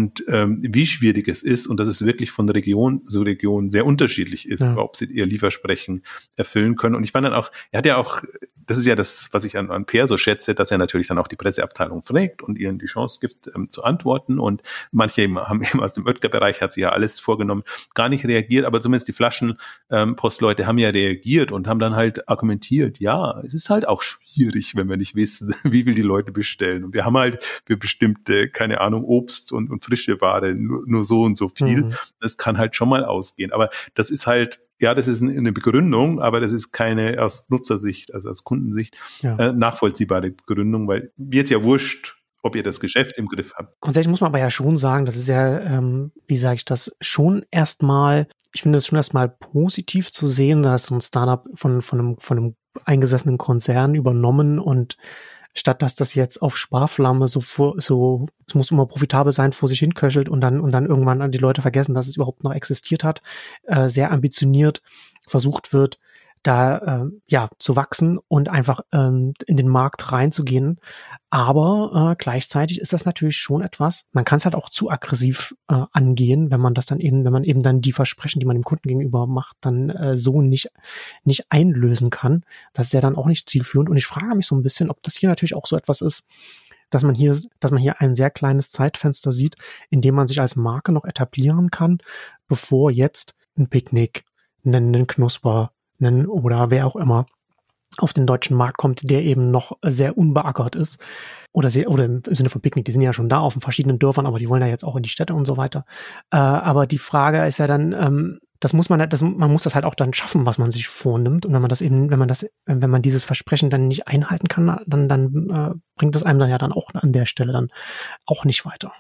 wie schwierig es ist und dass es wirklich von Region zu Region sehr unterschiedlich ist, ob sie ihr Liefersprechen erfüllen können. Und ich fand dann auch, er hat ja auch, das ist ja das, was ich an Per so schätze, dass er natürlich dann auch die Presseabteilung fragt und ihnen die Chance gibt, zu antworten. Und manche haben eben aus dem Oetker-Bereich, hat sich ja alles vorgenommen, gar nicht reagiert, aber zumindest die Flaschenpostleute haben ja reagiert und haben dann halt argumentiert, ja, es ist halt auch schwierig, wenn wir nicht wissen, wie viel die Leute bestellen. Und wir haben halt für bestimmte, keine Ahnung, Obst und frische Ware nur so und so viel. Das kann halt schon mal ausgehen. Aber das ist halt, ja, das ist eine Begründung, aber das ist keine aus Nutzersicht, also aus Kundensicht nachvollziehbare Begründung, weil mir ist ja wurscht, ob ihr das Geschäft im Griff habt. Grundsätzlich muss man aber ja schon sagen, das ist ja, wie sage ich das, schon erstmal, ich finde es schon erstmal positiv zu sehen, dass so ein Startup von einem eingesessenen Konzern übernommen und statt dass das jetzt auf Sparflamme es muss immer profitabel sein, vor sich hinköchelt und dann irgendwann an die Leute vergessen, dass es überhaupt noch existiert hat, sehr ambitioniert versucht wird, da zu wachsen und einfach in den Markt reinzugehen. Aber gleichzeitig ist das natürlich schon etwas, man kann es halt auch zu aggressiv angehen, wenn man dann die Versprechen, die man dem Kunden gegenüber macht, dann so nicht einlösen kann. Das ist ja dann auch nicht zielführend. Und ich frage mich so ein bisschen, ob das hier natürlich auch so etwas ist, dass man hier ein sehr kleines Zeitfenster sieht, in dem man sich als Marke noch etablieren kann, bevor jetzt ein Picknick, ein Knusper, oder wer auch immer auf den deutschen Markt kommt, der eben noch sehr unbeackert ist. Oder im Sinne von Picknick, die sind ja schon da auf den verschiedenen Dörfern, aber die wollen ja jetzt auch in die Städte und so weiter. Aber die Frage ist ja dann, man muss das halt auch dann schaffen, was man sich vornimmt. Und wenn man dieses Versprechen dann nicht einhalten kann, dann bringt das einem dann ja dann auch an der Stelle dann auch nicht weiter.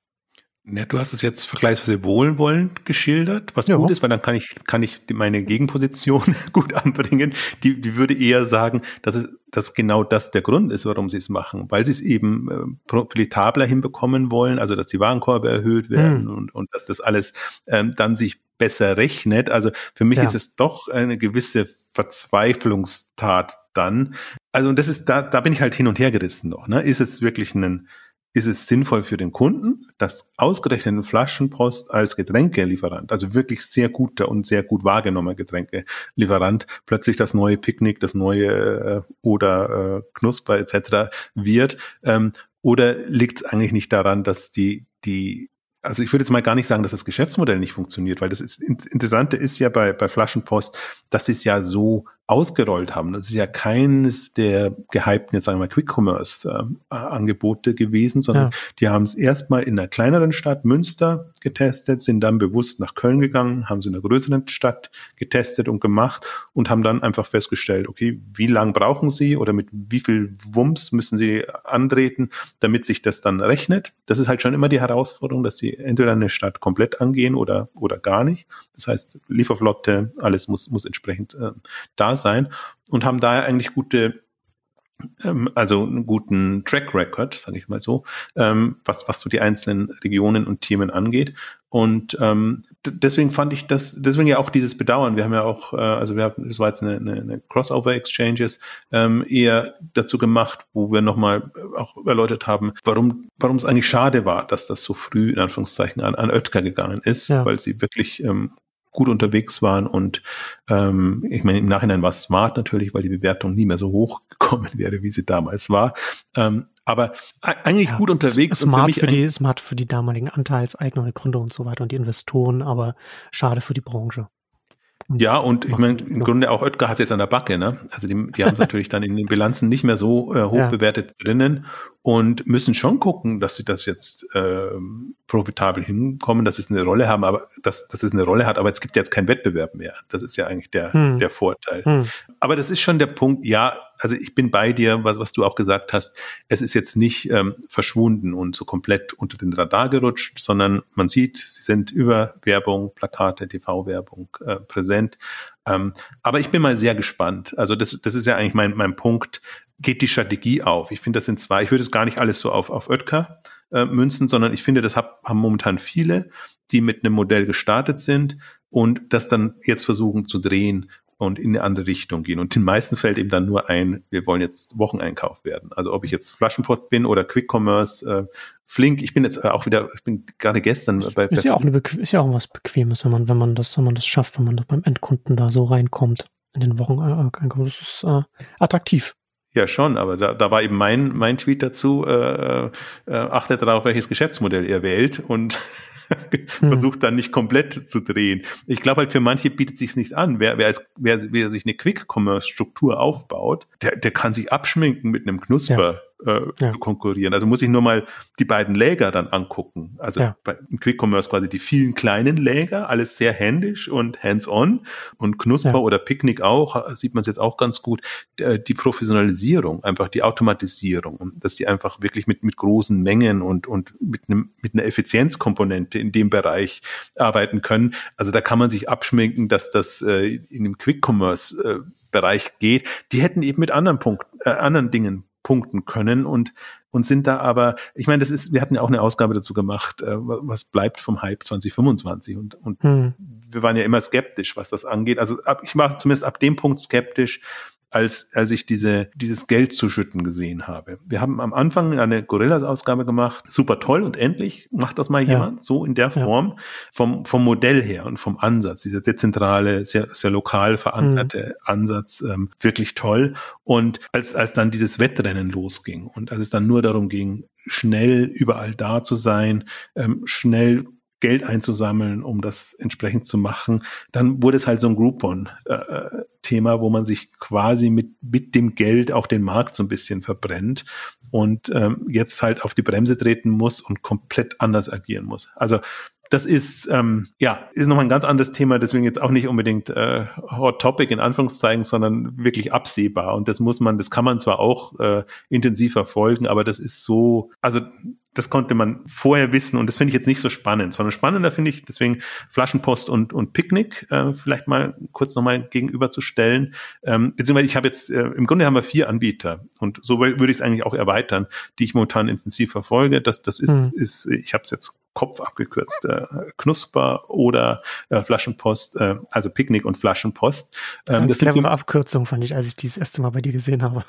Ja, du hast es jetzt vergleichsweise wohlwollend geschildert, was gut ist, weil dann kann ich meine Gegenposition gut anbringen. Die würde eher sagen, dass genau das der Grund ist, warum sie es machen, weil sie es eben profitabler hinbekommen wollen, also dass die Warenkorbe erhöht werden und dass das alles dann sich besser rechnet. Also für mich ist es doch eine gewisse Verzweiflungstat dann. Also und das ist da bin ich halt hin und her gerissen noch. Ne? Ist es sinnvoll für den Kunden, dass ausgerechnet ein Flaschenpost als Getränkelieferant, also wirklich sehr guter und sehr gut wahrgenommener Getränkelieferant, plötzlich das neue Picknick, das neue oder Knusper etc. wird? Oder liegt es eigentlich nicht daran, dass also ich würde jetzt mal gar nicht sagen, dass das Geschäftsmodell nicht funktioniert, weil das Interessante ist ja bei Flaschenpost, dass sie es ja so ausgerollt haben. Das ist ja keines der gehypten, jetzt sagen wir mal, Quick-Commerce-Angebote gewesen, sondern die haben es erstmal in einer kleineren Stadt, Münster, getestet, sind dann bewusst nach Köln gegangen, haben es in einer größeren Stadt getestet und gemacht und haben dann einfach festgestellt, okay, wie lang brauchen sie oder mit wie viel Wumms müssen sie antreten, damit sich das dann rechnet. Das ist halt schon immer die Herausforderung, dass sie entweder eine Stadt komplett angehen oder gar nicht. Das heißt, Lieferflotte, alles muss entsprechend da sein und haben daher eigentlich also einen guten Track Record, sage ich mal so, was so die einzelnen Regionen und Themen angeht. Und deswegen fand ich deswegen ja auch dieses Bedauern. Wir haben ja auch, das war jetzt eine Crossover-Exchanges eher dazu gemacht, wo wir nochmal auch erläutert haben, warum es eigentlich schade war, dass das so früh in Anführungszeichen an Oetker gegangen ist, weil sie wirklich gut unterwegs waren und ich meine, im Nachhinein war es smart natürlich, weil die Bewertung nie mehr so hoch gekommen wäre, wie sie damals war. Aber eigentlich gut unterwegs. Smart für die damaligen Anteilseigner, die Gründer und so weiter und die Investoren, aber schade für die Branche. Ja, und ich meine, im Grunde auch Oetker hat es jetzt an der Backe, ne? Also die haben es natürlich dann in den Bilanzen nicht mehr so hoch bewertet drinnen und müssen schon gucken, dass sie das jetzt profitabel hinkommen, dass es eine Rolle haben, aber dass es eine Rolle hat, aber es gibt jetzt keinen Wettbewerb mehr. Das ist ja eigentlich der Vorteil. Aber das ist schon der Punkt, ja, also ich bin bei dir, was du auch gesagt hast, es ist jetzt nicht verschwunden und so komplett unter den Radar gerutscht, sondern man sieht, sie sind über Werbung, Plakate, TV-Werbung präsent. Aber ich bin mal sehr gespannt. Also das ist ja eigentlich mein Punkt. Geht die Strategie auf? Ich finde, das sind zwei. Ich würde es gar nicht alles so auf Oetker münzen, sondern ich finde, das haben momentan viele, die mit einem Modell gestartet sind und das dann jetzt versuchen zu drehen und in eine andere Richtung gehen. Und den meisten fällt eben dann nur ein, wir wollen jetzt Wocheneinkauf werden. Also ob ich jetzt Flaschenpott bin oder Quick Commerce, Flink, ich bin gerade gestern bei... Ist ja auch was Bequemes, wenn man das schafft, wenn man da beim Endkunden da so reinkommt in den Wocheneinkauf. Das ist attraktiv. Ja, schon, aber da war eben mein Tweet dazu, achtet darauf, welches Geschäftsmodell ihr wählt und versucht dann nicht komplett zu drehen. Ich glaube halt, für manche bietet sich's nicht an. Wer sich eine Quick-Commerce-Struktur aufbaut, der kann sich abschminken mit einem Knusper zu konkurrieren. Also muss ich nur mal die beiden Läger dann angucken. Also im Quick-Commerce quasi die vielen kleinen Läger, alles sehr händisch und hands-on und Knusper oder Picknick auch, sieht man es jetzt auch ganz gut, die Professionalisierung, einfach die Automatisierung, dass die einfach wirklich mit großen Mengen und mit einer Effizienzkomponente in dem Bereich arbeiten können. Also da kann man sich abschminken, dass das in dem Quick-Commerce Bereich geht. Die hätten eben mit anderen Dingen punkten können und sind da aber, ich meine, wir hatten ja auch eine Ausgabe dazu gemacht, was bleibt vom Hype 2025 und wir waren ja immer skeptisch, was das angeht. Also ich war zumindest ab dem Punkt skeptisch, als ich dieses Geld zuschütten gesehen habe. Wir haben am Anfang eine Gorillas-Ausgabe gemacht, super toll und endlich macht das mal jemand so in der Form vom Modell her und vom Ansatz, dieser dezentrale, sehr, sehr lokal verankerte Ansatz, wirklich toll. Und als dann dieses Wettrennen losging und als es dann nur darum ging, schnell überall da zu sein, schnell Geld einzusammeln, um das entsprechend zu machen, dann wurde es halt so ein Groupon-Thema, wo man sich quasi mit dem Geld auch den Markt so ein bisschen verbrennt und jetzt halt auf die Bremse treten muss und komplett anders agieren muss. Also das ist nochmal ein ganz anderes Thema, deswegen jetzt auch nicht unbedingt Hot Topic in Anführungszeichen, sondern wirklich absehbar. Und das kann man zwar auch intensiv verfolgen, aber das ist so, also das konnte man vorher wissen und das finde ich jetzt nicht so spannend, sondern spannender finde ich, deswegen Flaschenpost und Picknick vielleicht mal kurz nochmal gegenüberzustellen. Beziehungsweise ich habe jetzt, im Grunde haben wir 4 Anbieter und so würde ich es eigentlich auch erweitern, die ich momentan intensiv verfolge. Das ist ich habe es jetzt Kopf abgekürzt, Knusper oder Flaschenpost, also Picknick und Flaschenpost. Das clevere Abkürzung fand ich, als ich dieses erste Mal bei dir gesehen habe.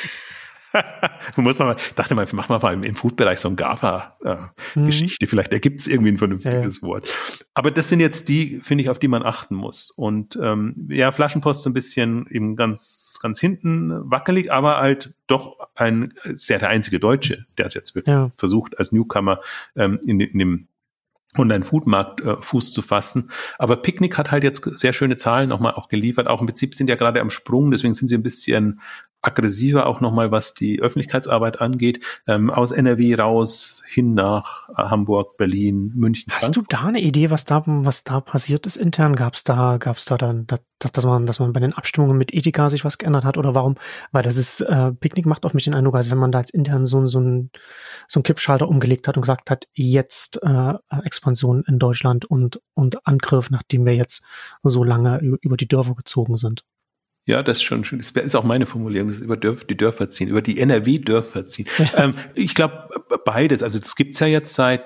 Dachte mal, machen wir mal im Food-Bereich so ein GAFA-Geschichte. Vielleicht ergibt es irgendwie ein vernünftiges Wort. Aber das sind jetzt die, finde ich, auf die man achten muss. Und Flaschenpost so ein bisschen eben ganz, ganz hinten wackelig, aber halt doch der einzige Deutsche, der es jetzt wirklich versucht, als Newcomer in dem und einen Foodmarkt Fuß zu fassen. Aber Picnic hat halt jetzt sehr schöne Zahlen nochmal auch geliefert. Auch im Prinzip sind ja gerade am Sprung, deswegen sind sie ein bisschen aggressiver auch nochmal, was die Öffentlichkeitsarbeit angeht. Aus NRW raus, hin nach Hamburg, Berlin, München. Hast du da eine Idee, was da passiert ist intern? Gab's da dann, dass man bei den Abstimmungen mit Edeka sich was geändert hat oder warum? Weil das ist, Picnic macht auf mich den Eindruck, als wenn man da jetzt intern so einen Kippschalter umgelegt hat und gesagt hat, jetzt Expansion in Deutschland und Angriff, nachdem wir jetzt so lange über die Dörfer gezogen sind. Ja, das ist schon schön. Das ist auch meine Formulierung, das ist über die Dörfer ziehen, über die NRW-Dörfer ziehen. Ich glaube, beides. Also das gibt's ja jetzt seit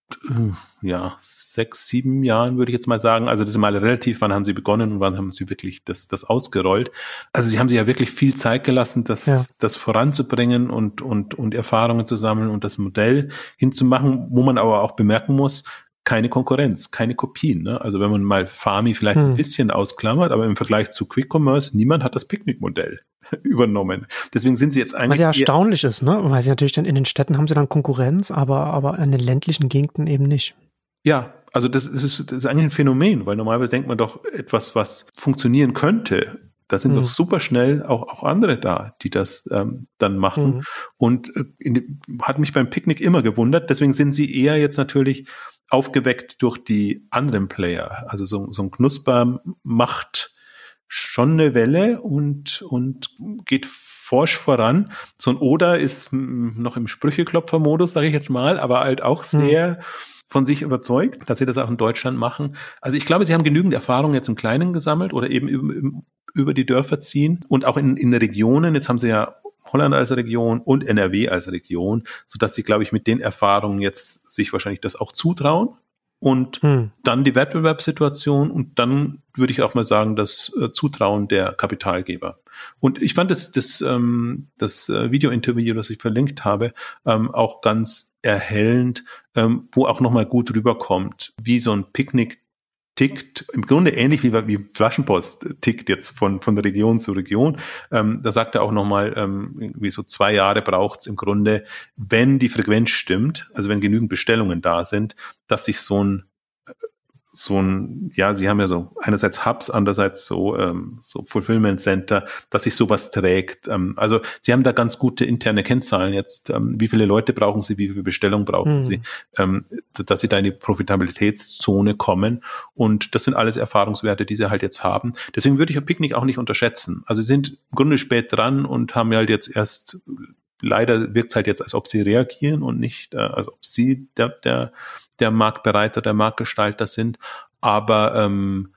6, 7 Jahren, würde ich jetzt mal sagen. Also das ist mal relativ, wann haben sie begonnen und wann haben sie wirklich das ausgerollt. Also sie haben sich ja wirklich viel Zeit gelassen, das voranzubringen und Erfahrungen zu sammeln und das Modell hinzumachen, wo man aber auch bemerken muss, keine Konkurrenz, keine Kopien. Ne? Also wenn man mal Fami vielleicht so ein bisschen ausklammert, aber im Vergleich zu Quick Commerce, niemand hat das Picknick-Modell übernommen. Deswegen sind sie jetzt eigentlich... Was ja erstaunlich ist, ne? Weil sie natürlich dann in den Städten haben sie dann Konkurrenz, aber in den ländlichen Gegenden eben nicht. Ja, also das ist eigentlich ein Phänomen, weil normalerweise denkt man doch etwas, was funktionieren könnte, da sind doch super schnell auch andere da, die das dann machen. Und hat mich beim Picknick immer gewundert. Deswegen sind sie eher jetzt natürlich aufgeweckt durch die anderen Player. Also so ein Knusper macht schon eine Welle und geht forsch voran. So ein Oder ist noch im Sprücheklopfer-Modus, sage ich jetzt mal, aber halt auch sehr von sich überzeugt, dass sie das auch in Deutschland machen. Also ich glaube, sie haben genügend Erfahrung jetzt im Kleinen gesammelt oder eben über die Dörfer ziehen und auch in Regionen. Jetzt haben sie ja Holland als Region und NRW als Region, sodass sie, glaube ich, mit den Erfahrungen jetzt sich wahrscheinlich das auch zutrauen. Und dann die Wettbewerbssituation und dann würde ich auch mal sagen, das Zutrauen der Kapitalgeber. Und ich fand das Video-Interview, das ich verlinkt habe, auch ganz erhellend, wo auch nochmal gut rüberkommt, wie so ein Picknick tickt, im Grunde ähnlich wie Flaschenpost tickt jetzt von der Region zu Region. Da sagt er auch nochmal, irgendwie so 2 Jahre braucht es im Grunde, wenn die Frequenz stimmt, also wenn genügend Bestellungen da sind, dass sich so ein, ja, sie haben ja so einerseits Hubs, andererseits so Fulfillment Center, dass sich sowas trägt. Also sie haben da ganz gute interne Kennzahlen jetzt, wie viele Leute brauchen sie, wie viele Bestellungen brauchen sie, dass sie da in die Profitabilitätszone kommen. Und das sind alles Erfahrungswerte, die sie halt jetzt haben. Deswegen würde ich Picknick auch nicht unterschätzen. Also sie sind im Grunde spät dran und haben halt jetzt erst, leider wirkt es halt jetzt, als ob sie reagieren und nicht, als ob sie der Marktbereiter, der Marktgestalter sind. Aber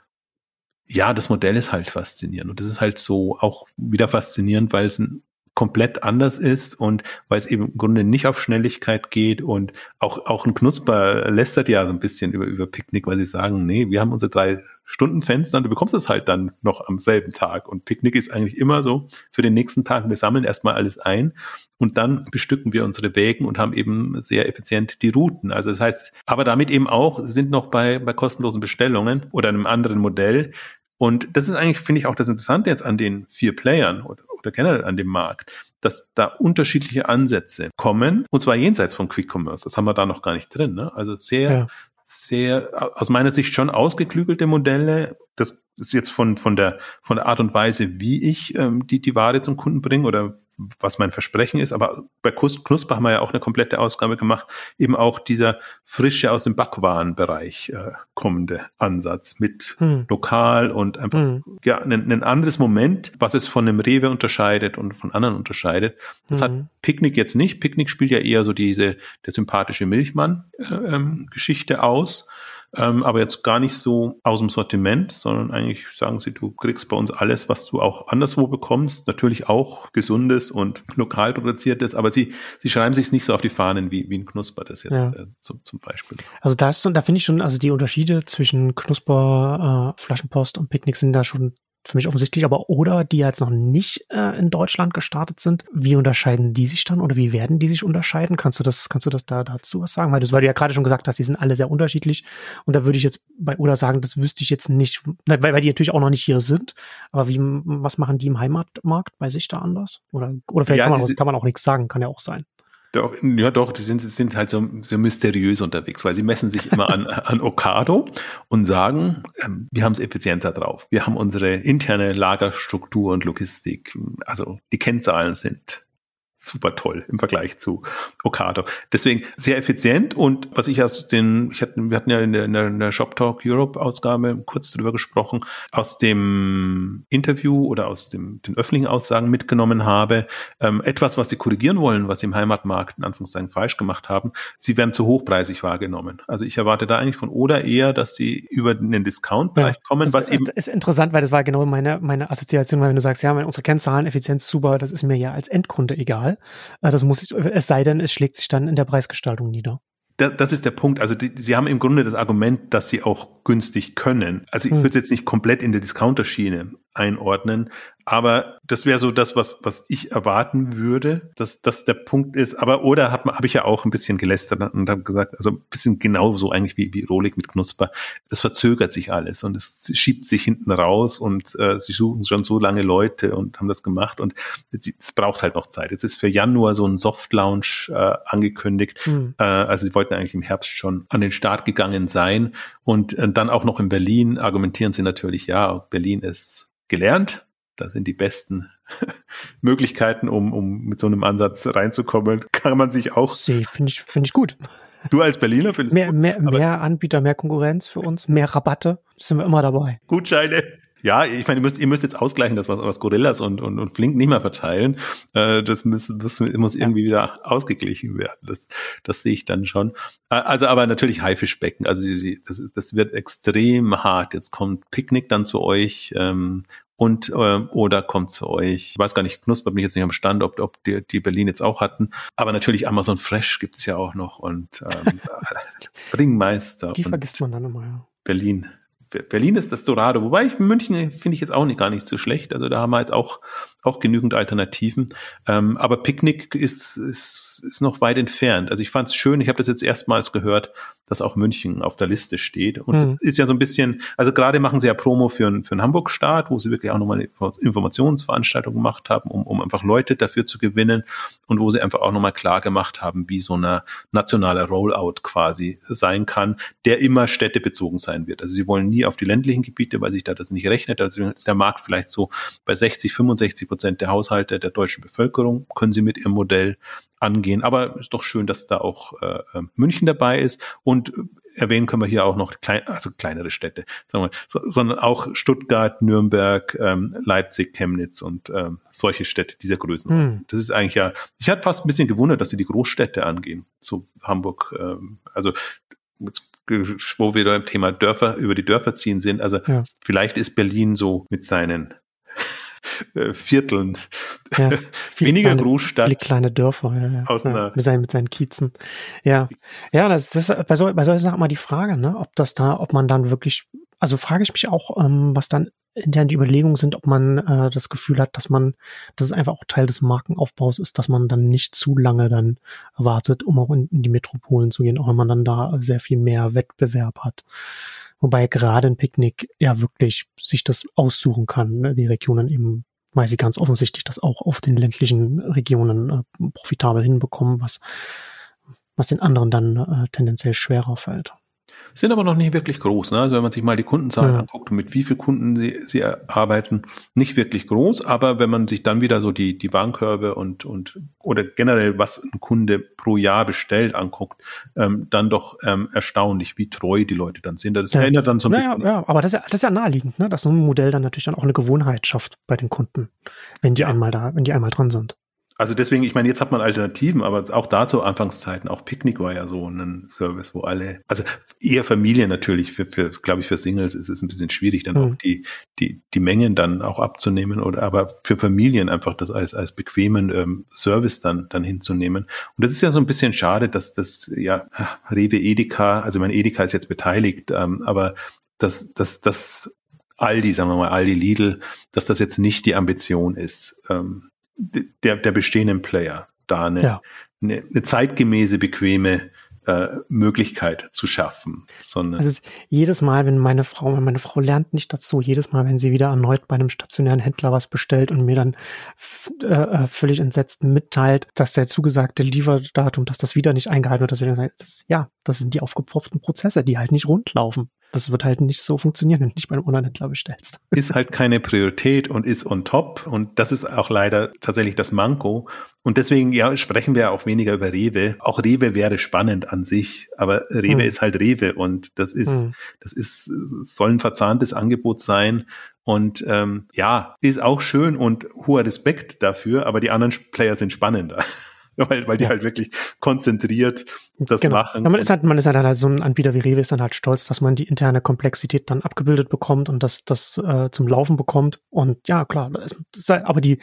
ja, das Modell ist halt faszinierend. Und das ist halt so auch wieder faszinierend, weil es komplett anders ist und weil es eben im Grunde nicht auf Schnelligkeit geht. Und auch ein Knusper lästert ja so ein bisschen über Picknick, weil sie sagen, nee, wir haben unsere 3-Stunden-Fenster und du bekommst es halt dann noch am selben Tag. Und Picknick ist eigentlich immer so für den nächsten Tag, wir sammeln erstmal alles ein und dann bestücken wir unsere Wägen und haben eben sehr effizient die Routen. Also das heißt, aber damit eben auch, sie sind noch bei kostenlosen Bestellungen oder einem anderen Modell. Und das ist eigentlich, finde ich, auch das Interessante jetzt an den 4 Playern oder generell an dem Markt, dass da unterschiedliche Ansätze kommen, und zwar jenseits von Quick Commerce. Das haben wir da noch gar nicht drin. Ne? Also sehr, aus meiner Sicht schon ausgeklügelte Modelle. Das ist jetzt von der Art und Weise, wie ich die Ware zum Kunden bringe oder was mein Versprechen ist. Aber bei Knusper haben wir ja auch eine komplette Ausgabe gemacht, eben auch dieser frische aus dem Backwarenbereich kommende Ansatz mit lokal und einfach ein anderes Moment, was es von einem Rewe unterscheidet und von anderen unterscheidet. Das hat Picknick jetzt nicht. Picknick spielt ja eher so der sympathische Milchmann-Geschichte aus. Aber jetzt gar nicht so aus dem Sortiment, sondern eigentlich sagen sie, du kriegst bei uns alles, was du auch anderswo bekommst. Natürlich auch Gesundes und lokal produziertes, aber sie schreiben sich nicht so auf die Fahnen wie ein Knusper das jetzt zum Beispiel. Also da finde ich schon, also die Unterschiede zwischen Knusper, Flaschenpost und Picknick sind da schon für mich offensichtlich, aber oder die jetzt noch nicht in Deutschland gestartet sind, wie unterscheiden die sich dann oder wie werden die sich unterscheiden? Kannst du das da dazu was sagen? Weil du ja gerade schon gesagt hast, die sind alle sehr unterschiedlich und da würde ich jetzt bei oder sagen, das wüsste ich jetzt nicht, weil die natürlich auch noch nicht hier sind, aber was machen die im Heimatmarkt bei sich da anders? Oder vielleicht kann man auch nichts sagen, kann ja auch sein. Doch, ja doch, die sind halt so mysteriös unterwegs, weil sie messen sich immer an Ocado und sagen, wir haben es effizienter drauf. Wir haben unsere interne Lagerstruktur und Logistik. Also die Kennzahlen sind super toll im Vergleich zu Ocado. Deswegen sehr effizient und was ich wir hatten ja in der Shop Talk Europe Ausgabe kurz darüber gesprochen, aus dem Interview oder aus den öffentlichen Aussagen mitgenommen habe, etwas, was sie korrigieren wollen, was sie im Heimatmarkt in Anführungszeichen falsch gemacht haben, sie werden zu hochpreisig wahrgenommen. Also ich erwarte da eigentlich von Oda eher, dass sie über den Discount-Bereich kommen, was eben... Das ist interessant, weil das war genau meine Assoziation, weil wenn du sagst, ja, unsere Kennzahlen, Effizienz super, das ist mir ja als Endkunde egal. Es sei denn, es schlägt sich dann in der Preisgestaltung nieder. Das ist der Punkt. Also sie haben im Grunde das Argument, dass sie auch günstig können. Also ich würde es jetzt nicht komplett in der Discounter-Schiene einordnen, aber das wäre so das, was ich erwarten würde, dass das der Punkt ist. Aber oder habe ich ja auch ein bisschen gelästert und habe gesagt, also ein bisschen genauso eigentlich wie Rohlig mit Knusper. Das verzögert sich alles und es schiebt sich hinten raus und sie suchen schon so lange Leute und haben das gemacht und es braucht halt noch Zeit. Jetzt ist für Januar so ein Soft-Launch angekündigt. Also sie wollten eigentlich im Herbst schon an den Start gegangen sein und dann auch noch in Berlin argumentieren sie natürlich, ja, Berlin ist gelernt. Da sind die besten Möglichkeiten, um mit so einem Ansatz reinzukommen. Kann man sich auch... Finde ich gut. Du als Berliner findest es gut. Mehr Anbieter, mehr Konkurrenz für uns, mehr Rabatte, sind wir immer dabei. Gutscheine. Ja, ich meine, ihr müsst jetzt ausgleichen, das was Gorillas und Flink nicht mehr verteilen. Das muss irgendwie wieder ausgeglichen werden. Das sehe ich dann schon. Also aber natürlich Haifischbecken. Also das wird extrem hart. Jetzt kommt Picknick dann zu euch oder kommt zu euch. Ich weiß gar nicht, Knusper bin ich jetzt nicht am Stand, ob die Berlin jetzt auch hatten. Aber natürlich Amazon Fresh gibt's ja auch noch und Ringmeister. Die vergisst man dann immer, ja. Berlin ist das Dorado, wobei München finde ich jetzt auch gar nicht so schlecht. Also da haben wir jetzt auch genügend Alternativen. Aber Picknick ist noch weit entfernt. Also ich fand es schön, ich habe das jetzt erstmals gehört, dass auch München auf der Liste steht. Und das ist ja so ein bisschen, also gerade machen sie ja Promo für einen Hamburg-Start, wo sie wirklich auch nochmal eine Informationsveranstaltung gemacht haben, um einfach Leute dafür zu gewinnen und wo sie einfach auch nochmal klar gemacht haben, wie so ein nationaler Rollout quasi sein kann, der immer städtebezogen sein wird. Also sie wollen nie auf die ländlichen Gebiete, weil sich da das nicht rechnet. Also ist der Markt vielleicht so bei 60-65% der Haushalte der deutschen Bevölkerung, können sie mit ihrem Modell angehen. Aber ist doch schön, dass da auch München dabei ist. Und erwähnen können wir hier auch noch kleinere Städte, sagen wir, sondern auch Stuttgart, Nürnberg, Leipzig, Chemnitz und solche Städte dieser Größenordnung. Das ist eigentlich ja, ich hatte fast ein bisschen gewundert, dass sie die Großstädte angehen, so Hamburg, also wo wir da im Thema über die Dörfer ziehen sind. Also vielleicht ist Berlin so mit seinen Vierteln weniger Großstadt. Viele kleine Dörfer, mit seinen Kiezen. Ja, das ist bei solchen Sachen immer die Frage, ne, ob man dann wirklich, also frage ich mich auch, was dann intern die Überlegungen sind, ob man das Gefühl hat, dass es einfach auch Teil des Markenaufbaus ist, dass man dann nicht zu lange dann wartet, um auch in die Metropolen zu gehen, auch wenn man dann da sehr viel mehr Wettbewerb hat. Wobei gerade ein Picknick ja wirklich sich das aussuchen kann, ne? Die Regionen eben, weil sie ganz offensichtlich das auch auf den ländlichen Regionen profitabel hinbekommen, was den anderen dann tendenziell schwerer fällt. Sind aber noch nicht wirklich groß, ne? Also wenn man sich mal die Kundenzahlen anguckt und mit wie viel Kunden sie arbeiten, nicht wirklich groß, aber wenn man sich dann wieder so die Warenkörbe oder generell was ein Kunde pro Jahr bestellt anguckt, dann doch erstaunlich, wie treu die Leute dann sind. Das erinnert dann so ein bisschen. Ja, aber das ist ja naheliegend, ne? Dass so ein Modell dann natürlich dann auch eine Gewohnheit schafft bei den Kunden, wenn die einmal dran sind. Also deswegen, ich meine, jetzt hat man Alternativen, aber auch da zu Anfangszeiten, auch Picknick war ja so ein Service, wo alle, also eher Familien natürlich, glaube ich, für Singles ist es ein bisschen schwierig, dann auch die Mengen dann auch abzunehmen aber für Familien einfach das als bequemen Service dann hinzunehmen. Und das ist ja so ein bisschen schade, dass das, ja, Rewe, Edeka, also mein Edeka ist jetzt beteiligt, aber das Aldi, sagen wir mal, Aldi, Lidl, dass das jetzt nicht die Ambition ist, der bestehenden Player, da eine zeitgemäße, bequeme Möglichkeit zu schaffen. Sondern also jedes Mal, wenn meine Frau lernt nicht dazu, jedes Mal, wenn sie wieder erneut bei einem stationären Händler was bestellt und mir dann völlig entsetzt mitteilt, dass der zugesagte Lieferdatum, dass das wieder nicht eingehalten wird, dass wir dann sagen, das sind die aufgepfropften Prozesse, die halt nicht rund laufen. Das wird halt nicht so funktionieren, wenn du nicht bei einem Online-Händler bestellst. Ist halt keine Priorität und ist on top. Und das ist auch leider tatsächlich das Manko. Und deswegen sprechen wir auch weniger über Rewe. Auch Rewe wäre spannend an sich, aber Rewe ist halt Rewe und das soll ein verzahntes Angebot sein. Und ist auch schön und hoher Respekt dafür, aber die anderen Player sind spannender. Weil die halt wirklich konzentriert das machen. Ja, man ist halt so ein Anbieter wie Rewe ist dann halt stolz, dass man die interne Komplexität dann abgebildet bekommt und das zum Laufen bekommt. Und ja, klar, aber die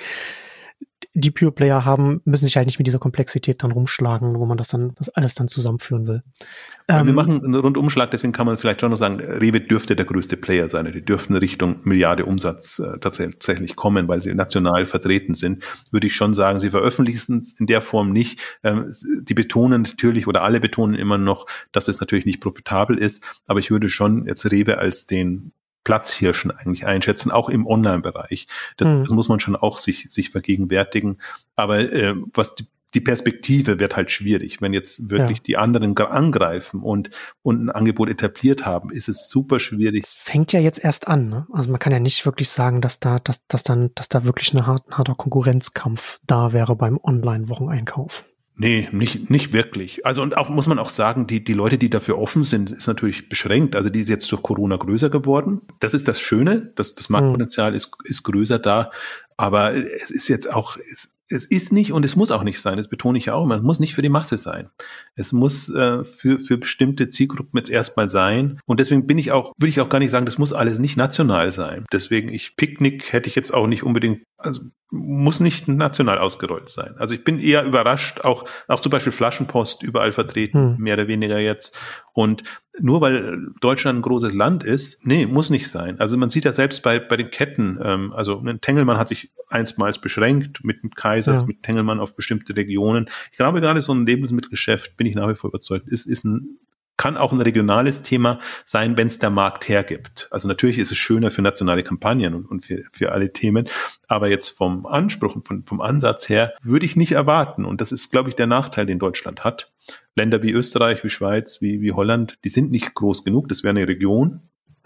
Pure Player müssen sich halt nicht mit dieser Komplexität dann rumschlagen, wo man das alles dann zusammenführen will. Wir machen einen Rundumschlag, deswegen kann man vielleicht schon noch sagen, Rewe dürfte der größte Player sein. Die dürften Richtung Milliarde Umsatz tatsächlich kommen, weil sie national vertreten sind. Würde ich schon sagen, sie veröffentlichen es in der Form nicht. Die betonen natürlich, oder alle betonen immer noch, dass es natürlich nicht profitabel ist, aber ich würde schon jetzt Rewe als den Platzhirschen eigentlich einschätzen, auch im Online-Bereich. Das muss man schon auch sich vergegenwärtigen. Aber was die Perspektive wird halt schwierig. Wenn jetzt wirklich die anderen angreifen und ein Angebot etabliert haben, ist es super schwierig. Es fängt ja jetzt erst an, ne? Also man kann ja nicht wirklich sagen, dass da wirklich ein harter Konkurrenzkampf da wäre beim Online-Wocheneinkauf. Nee, nicht wirklich. Also und auch muss man auch sagen, die Leute, die dafür offen sind, ist natürlich beschränkt. Also die ist jetzt durch Corona größer geworden. Das ist das Schöne, das Marktpotenzial ist größer da. Aber es ist jetzt auch, es ist nicht und es muss auch nicht sein. Das betone ich ja auch immer. Es muss nicht für die Masse sein. Es muss für bestimmte Zielgruppen jetzt erstmal sein. Und deswegen würde ich auch gar nicht sagen, das muss alles nicht national sein. Deswegen Picknick hätte ich jetzt auch nicht unbedingt, also muss nicht national ausgerollt sein. Also ich bin eher überrascht, auch zum Beispiel Flaschenpost überall vertreten, mehr oder weniger jetzt. Und nur weil Deutschland ein großes Land ist, nee, muss nicht sein. Also man sieht ja selbst bei den Ketten, also ein Tengelmann hat sich einstmals beschränkt mit Kaisers, mit Tengelmann auf bestimmte Regionen. Ich glaube, gerade so ein Lebensmittelgeschäft, bin ich nach wie vor überzeugt, kann auch ein regionales Thema sein, wenn es der Markt hergibt. Also natürlich ist es schöner für nationale Kampagnen und für alle Themen, aber jetzt vom Anspruch und vom Ansatz her würde ich nicht erwarten. Und das ist, glaube ich, der Nachteil, den Deutschland hat. Länder wie Österreich, wie Schweiz, wie Holland, die sind nicht groß genug, das wäre eine Region.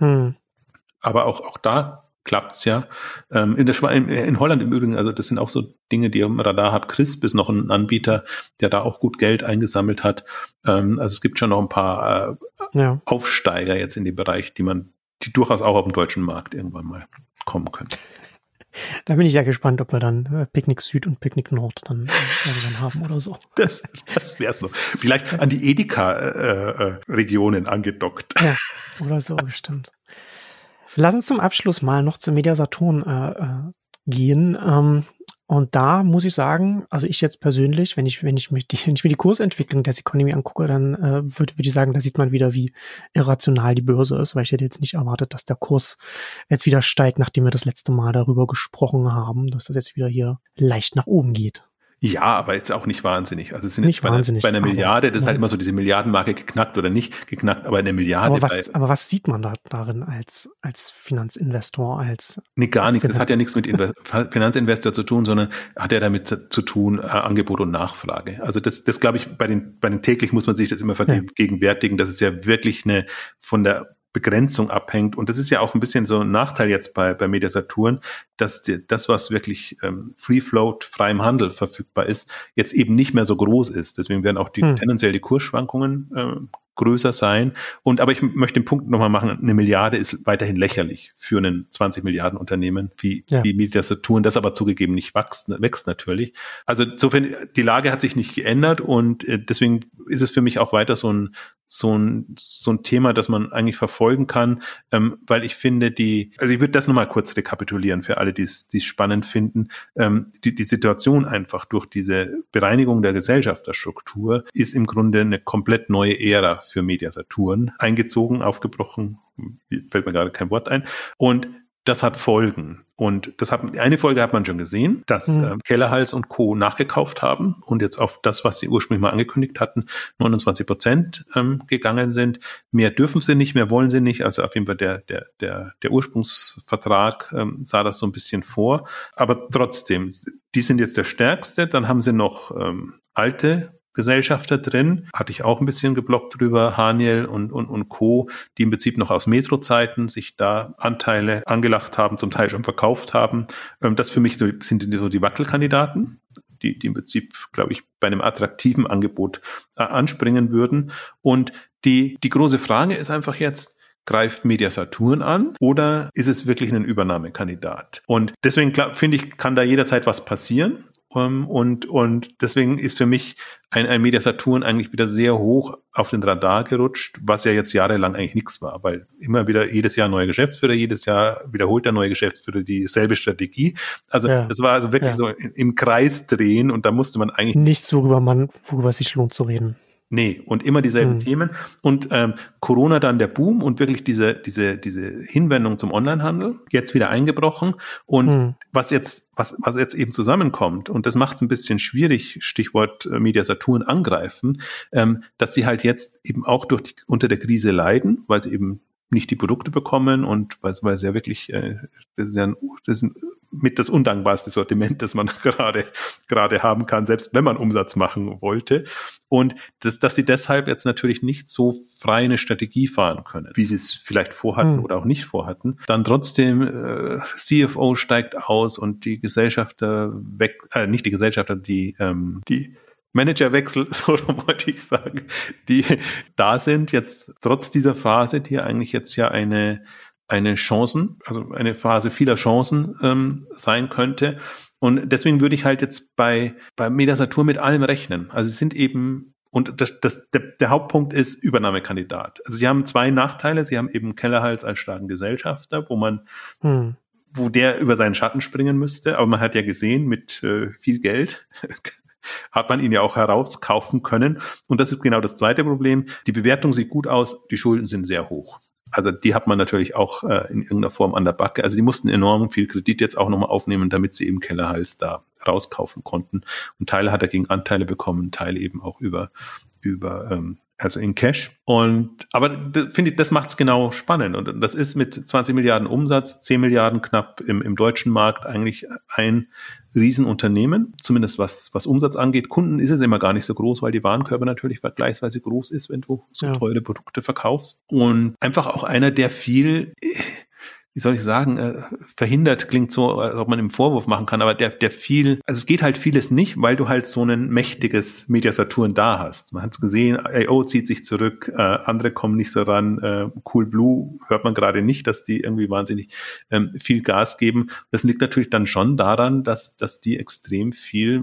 Aber auch da klappt's ja. In Holland im Übrigen, also das sind auch so Dinge, die ihr im Radar habt. Crisp ist noch ein Anbieter, der da auch gut Geld eingesammelt hat. Also es gibt schon noch ein paar Aufsteiger jetzt in dem Bereich, die durchaus auch auf dem deutschen Markt irgendwann mal kommen können. Da bin ich ja gespannt, ob wir dann Picknick Süd und Picknick Nord dann irgendwann haben oder so. Das wär's noch. Vielleicht an die Edeka-Regionen angedockt. Ja, oder so, bestimmt. Lass uns zum Abschluss mal noch zu Media-Saturn gehen. Und da muss ich sagen, also ich jetzt persönlich, wenn ich mir die Kursentwicklung der Ceconomy angucke, dann würde ich sagen, da sieht man wieder, wie irrational die Börse ist, weil ich hätte jetzt nicht erwartet, dass der Kurs jetzt wieder steigt, nachdem wir das letzte Mal darüber gesprochen haben, dass das jetzt wieder hier leicht nach oben geht. Ja, aber jetzt auch nicht wahnsinnig. Also es sind nicht jetzt bei einer Milliarde, das ist halt immer so diese Milliardenmarke geknackt oder nicht geknackt, aber eine Milliarde. Aber was sieht man da darin als Finanzinvestor, Nee, gar nichts. Das hat ja nichts mit Finanzinvestor zu tun, sondern hat ja damit zu tun, Angebot und Nachfrage. Also das glaube ich, bei den täglich muss man sich das immer vergegenwärtigen. Das ist ja wirklich von der Begrenzung abhängt. Und das ist ja auch ein bisschen so ein Nachteil jetzt bei Media-Saturn, dass das, was wirklich Free Float, frei im Handel verfügbar ist, jetzt eben nicht mehr so groß ist. Deswegen werden auch tendenziell die Kursschwankungen größer sein. Aber ich möchte den Punkt nochmal machen, eine Milliarde ist weiterhin lächerlich für ein 20 Milliarden Unternehmen wie Media-Saturn, das aber zugegeben nicht wächst natürlich. Also insofern, die Lage hat sich nicht geändert und deswegen ist es für mich auch weiter so ein Thema, das man eigentlich verfolgen kann, weil ich finde also ich würde das nochmal kurz rekapitulieren für alle, die es spannend finden. Die Situation einfach durch diese Bereinigung der Gesellschafterstruktur ist im Grunde eine komplett neue Ära für Media Saturn eingezogen, aufgebrochen, fällt mir gerade kein Wort ein. Und das hat Folgen. Und eine Folge hat man schon gesehen, dass Kellerhals und Co. nachgekauft haben und jetzt auf das, was sie ursprünglich mal angekündigt hatten, 29% gegangen sind. Mehr dürfen sie nicht, mehr wollen sie nicht. Also auf jeden Fall der Ursprungsvertrag sah das so ein bisschen vor. Aber trotzdem, die sind jetzt der stärkste. Dann haben sie noch alte Gesellschafter drin, hatte ich auch ein bisschen geblockt drüber, Haniel und Co., die im Prinzip noch aus Metro-Zeiten sich da Anteile angelacht haben, zum Teil schon verkauft haben. Das für mich sind so die Wackelkandidaten, die im Prinzip, glaube ich, bei einem attraktiven Angebot anspringen würden. Und die große Frage ist einfach jetzt, greift Media-Saturn an oder ist es wirklich ein Übernahmekandidat? Und deswegen finde ich, kann da jederzeit was passieren. Und deswegen ist für mich ein Media-Saturn eigentlich wieder sehr hoch auf den Radar gerutscht, was ja jetzt jahrelang eigentlich nichts war, weil immer wieder jedes Jahr neuer Geschäftsführer, jedes Jahr wiederholt der neue Geschäftsführer dieselbe Strategie. Also das war also wirklich so im Kreis drehen und da musste man eigentlich nichts, worüber es sich lohnt zu reden. Nee, und immer dieselben Themen. Und Corona dann der Boom und wirklich diese Hinwendung zum Onlinehandel, jetzt wieder eingebrochen. Und was jetzt eben zusammenkommt, und das macht es ein bisschen schwierig, Stichwort Media Saturn angreifen, dass sie halt jetzt eben auch unter der Krise leiden, weil sie eben nicht die Produkte bekommen und weil es ja wirklich, das ist mit das undankbarste Sortiment, das man gerade haben kann, selbst wenn man Umsatz machen wollte. Und dass sie deshalb jetzt natürlich nicht so frei eine Strategie fahren können, wie sie es vielleicht vorhatten oder auch nicht vorhatten. Dann trotzdem, CFO steigt aus und die Gesellschafter nicht die Gesellschafter, die Managerwechsel, so wollte ich sagen, die da sind jetzt trotz dieser Phase, die eigentlich jetzt ja eine Phase vieler Chancen sein könnte. Und deswegen würde ich halt jetzt bei Media Saturn mit allem rechnen. Also sie sind eben, und der Hauptpunkt ist Übernahmekandidat. Also sie haben zwei Nachteile. Sie haben eben Kellerhals als starken Gesellschafter, wo der über seinen Schatten springen müsste. Aber man hat ja gesehen, mit viel Geld hat man ihn ja auch herauskaufen können. Und das ist genau das zweite Problem. Die Bewertung sieht gut aus, die Schulden sind sehr hoch. Also die hat man natürlich auch in irgendeiner Form an der Backe. Also die mussten enorm viel Kredit jetzt auch nochmal aufnehmen, damit sie eben Kellerhals da rauskaufen konnten. Und Teile hat er gegen Anteile bekommen, Teile eben auch über also in Cash. Aber finde ich, das macht es genau spannend. Und das ist mit 20 Milliarden Umsatz, 10 Milliarden knapp im deutschen Markt eigentlich ein Riesenunternehmen, zumindest was Umsatz angeht. Kunden ist es immer gar nicht so groß, weil die Warenkörbe natürlich vergleichsweise groß ist, wenn du so teure Produkte verkaufst. Und einfach auch einer, der viel, wie soll ich sagen, verhindert klingt so, als ob man einen Vorwurf machen kann, aber der viel, also es geht halt vieles nicht, weil du halt so ein mächtiges Media Saturn da hast. Man hat es gesehen, AO zieht sich zurück, andere kommen nicht so ran, Coolblue hört man gerade nicht, dass die irgendwie wahnsinnig viel Gas geben. Das liegt natürlich dann schon daran, dass die extrem viel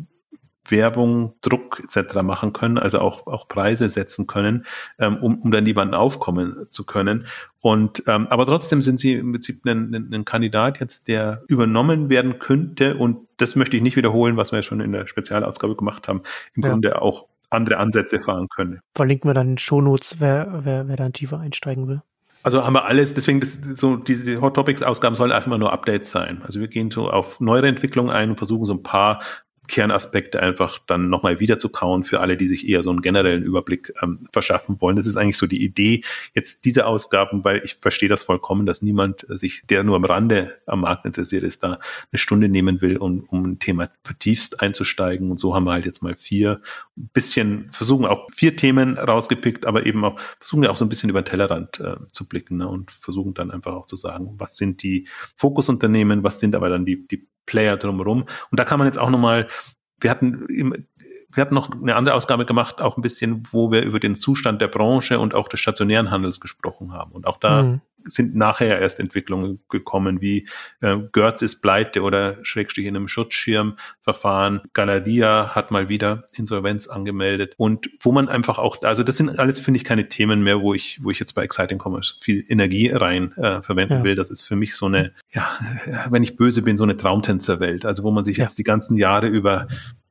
Werbung, Druck etc. machen können, also auch Preise setzen können, um dann jemanden aufkommen zu können. Und aber trotzdem sind sie im Prinzip ein Kandidat jetzt, der übernommen werden könnte. Und das möchte ich nicht wiederholen, was wir ja schon in der Spezialausgabe gemacht haben, im Grunde auch andere Ansätze fahren können. Verlinken wir dann in den Shownotes, wer da tiefer einsteigen will. Also haben wir alles, deswegen diese Hot Topics Ausgaben sollen auch immer nur Updates sein. Also wir gehen so auf neuere Entwicklungen ein und versuchen so ein paar Kernaspekte einfach dann nochmal wiederzukauen für alle, die sich eher so einen generellen Überblick verschaffen wollen. Das ist eigentlich so die Idee jetzt dieser Ausgaben, weil ich verstehe das vollkommen, dass niemand der nur am Rande am Markt interessiert ist, da eine Stunde nehmen will, um ein Thema vertiefst einzusteigen. Und so haben wir halt jetzt mal versuchen auch 4 Themen rausgepickt, aber eben auch, versuchen ja auch so ein bisschen über den Tellerrand zu blicken, ne, und versuchen dann einfach auch zu sagen, was sind die Fokusunternehmen, was sind aber dann die Player drumherum. Und da kann man jetzt auch nochmal, wir hatten noch eine andere Ausgabe gemacht, auch ein bisschen, wo wir über den Zustand der Branche und auch des stationären Handels gesprochen haben. Und auch da sind nachher erst Entwicklungen gekommen, wie Görz ist pleite oder Schrägstrich in einem Schutzschirmverfahren. Galeria hat mal wieder Insolvenz angemeldet. Und wo man einfach auch, also das sind alles, finde ich, keine Themen mehr, wo ich jetzt bei Exciting Commerce viel Energie rein verwenden will. Das ist für mich so eine, wenn ich böse bin, so eine Traumtänzerwelt. Also wo man sich jetzt die ganzen Jahre über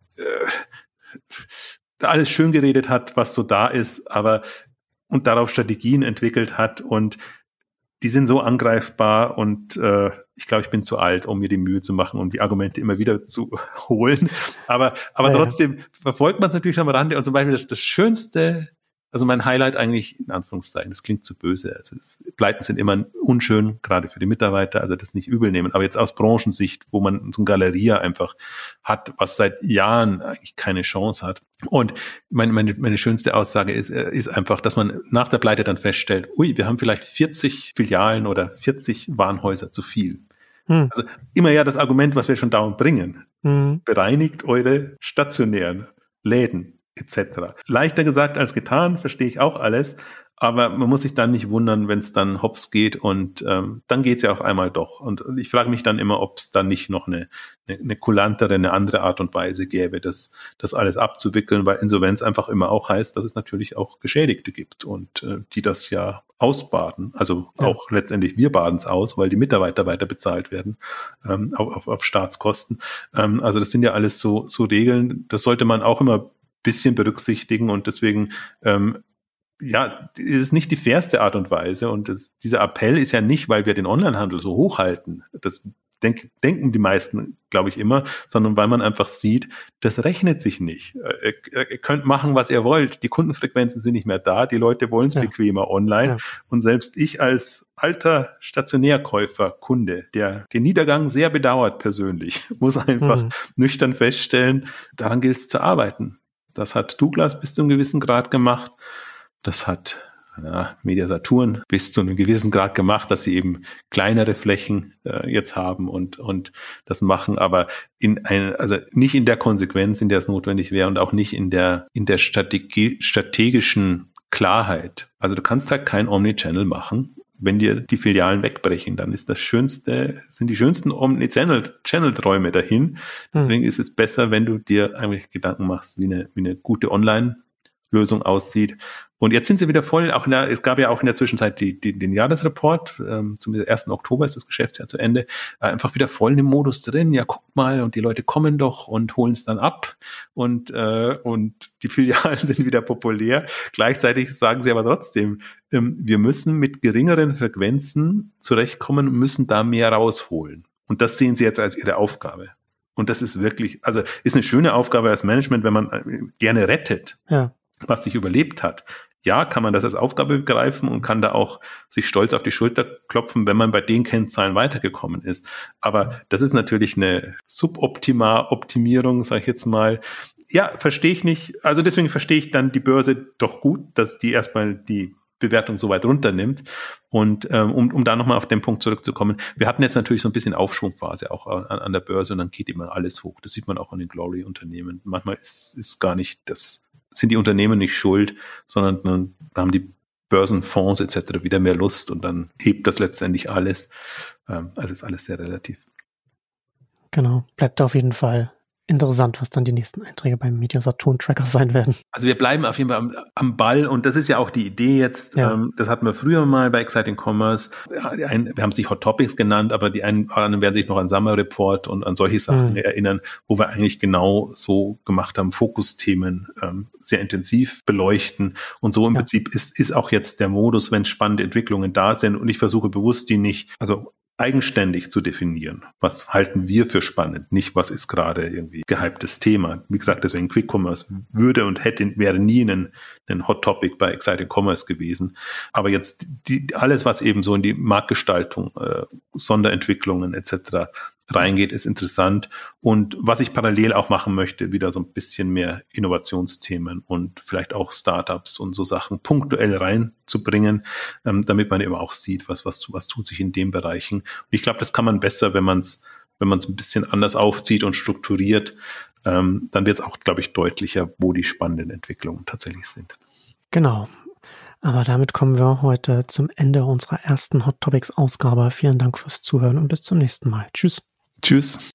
alles schön geredet hat, was so da ist, und darauf Strategien entwickelt hat und die sind so angreifbar und ich glaube, ich bin zu alt, um mir die Mühe zu machen, um die Argumente immer wieder zu holen. Aber trotzdem verfolgt man es natürlich am Rande. Und zum Beispiel das Schönste, also mein Highlight eigentlich, in Anführungszeichen, das klingt zu böse. Also Pleiten sind immer unschön, gerade für die Mitarbeiter, also das nicht übel nehmen. Aber jetzt aus Branchensicht, wo man so ein Galeria einfach hat, was seit Jahren eigentlich keine Chance hat. Und meine schönste Aussage ist einfach, dass man nach der Pleite dann feststellt, wir haben vielleicht 40 Filialen oder 40 Warenhäuser zu viel. Also immer ja das Argument, was wir schon dauernd bringen. Bereinigt eure stationären Läden etc. Leichter gesagt als getan, verstehe ich auch alles, aber man muss sich dann nicht wundern, wenn es dann hops geht und dann geht es ja auf einmal doch. Und ich frage mich dann immer, ob es dann nicht noch eine kulantere, eine andere Art und Weise gäbe, das alles abzuwickeln, weil Insolvenz einfach immer auch heißt, dass es natürlich auch Geschädigte gibt und die das ja ausbaden. Also auch letztendlich wir baden es aus, weil die Mitarbeiter weiter bezahlt werden auf Staatskosten. Also das sind ja alles so Regeln, das sollte man auch immer bisschen berücksichtigen und deswegen ist es nicht die fairste Art und Weise und dieser Appell ist ja nicht, weil wir den Onlinehandel so hochhalten, das denken die meisten, glaube ich, immer, sondern weil man einfach sieht, das rechnet sich nicht. Ihr könnt machen, was ihr wollt, die Kundenfrequenzen sind nicht mehr da, die Leute wollen es bequemer online und selbst ich als alter Stationärkäufer, Kunde, der den Niedergang sehr bedauert persönlich, muss einfach nüchtern feststellen, daran gilt es zu arbeiten. Das hat Douglas bis zu einem gewissen Grad gemacht. Das hat Media-Saturn bis zu einem gewissen Grad gemacht, dass sie eben kleinere Flächen jetzt haben und das machen, aber also nicht in der Konsequenz, in der es notwendig wäre und auch nicht in der strategischen Klarheit. Also du kannst halt kein Omnichannel machen. Wenn dir die Filialen wegbrechen, dann ist sind die schönsten Omnichannel-Träume dahin. Deswegen ist es besser, wenn du dir eigentlich Gedanken machst, wie eine gute Online-Lösung aussieht. Und jetzt sind sie wieder voll, es gab ja auch in der Zwischenzeit den Jahresreport, zum 1. Oktober ist das Geschäftsjahr zu Ende, einfach wieder voll im Modus drin, ja guckt mal und die Leute kommen doch und holen es dann ab und die Filialen sind wieder populär. Gleichzeitig sagen sie aber trotzdem, wir müssen mit geringeren Frequenzen zurechtkommen und müssen da mehr rausholen. Und das sehen sie jetzt als ihre Aufgabe. Und das ist wirklich, also ist eine schöne Aufgabe als Management, wenn man gerne rettet, was sich überlebt hat. Ja, kann man das als Aufgabe begreifen und kann da auch sich stolz auf die Schulter klopfen, wenn man bei den Kennzahlen weitergekommen ist. Aber das ist natürlich eine Suboptimierung, sage ich jetzt mal. Ja, verstehe ich nicht. Also deswegen verstehe ich dann die Börse doch gut, dass die erstmal die Bewertung so weit runternimmt. Und um da nochmal auf den Punkt zurückzukommen, wir hatten jetzt natürlich so ein bisschen Aufschwungphase auch an der Börse und dann geht immer alles hoch. Das sieht man auch an den Glory-Unternehmen. Manchmal ist gar nicht sind die Unternehmen nicht schuld, sondern dann haben die Börsenfonds etc. wieder mehr Lust und dann hebt das letztendlich alles. Also ist alles sehr relativ. Genau, bleibt auf jeden Fall interessant, was dann die nächsten Einträge beim Media-Saturn-Tracker sein werden. Also wir bleiben auf jeden Fall am Ball und das ist ja auch die Idee jetzt, das hatten wir früher mal bei Exciting Commerce, wir haben es nicht Hot Topics genannt, aber die einen werden sich noch an Summer Report und an solche Sachen erinnern, wo wir eigentlich genau so gemacht haben, Fokusthemen sehr intensiv beleuchten und so im Prinzip ist auch jetzt der Modus, wenn spannende Entwicklungen da sind und ich versuche bewusst die nicht, also eigenständig zu definieren. Was halten wir für spannend? Nicht, was ist gerade irgendwie gehyptes Thema. Wie gesagt, deswegen Quick Commerce wäre nie ein Hot Topic bei Exciting Commerce gewesen. Aber jetzt alles, was eben so in die Marktgestaltung, Sonderentwicklungen etc. reingeht, ist interessant. Und was ich parallel auch machen möchte, wieder so ein bisschen mehr Innovationsthemen und vielleicht auch Startups und so Sachen punktuell reinzubringen, damit man eben auch sieht, was tut sich in den Bereichen. Und ich glaube, das kann man besser, wenn man es ein bisschen anders aufzieht und strukturiert, dann wird es auch, glaube ich, deutlicher, wo die spannenden Entwicklungen tatsächlich sind. Genau. Aber damit kommen wir heute zum Ende unserer ersten Hot Topics Ausgabe. Vielen Dank fürs Zuhören und bis zum nächsten Mal. Tschüss. Tschüss.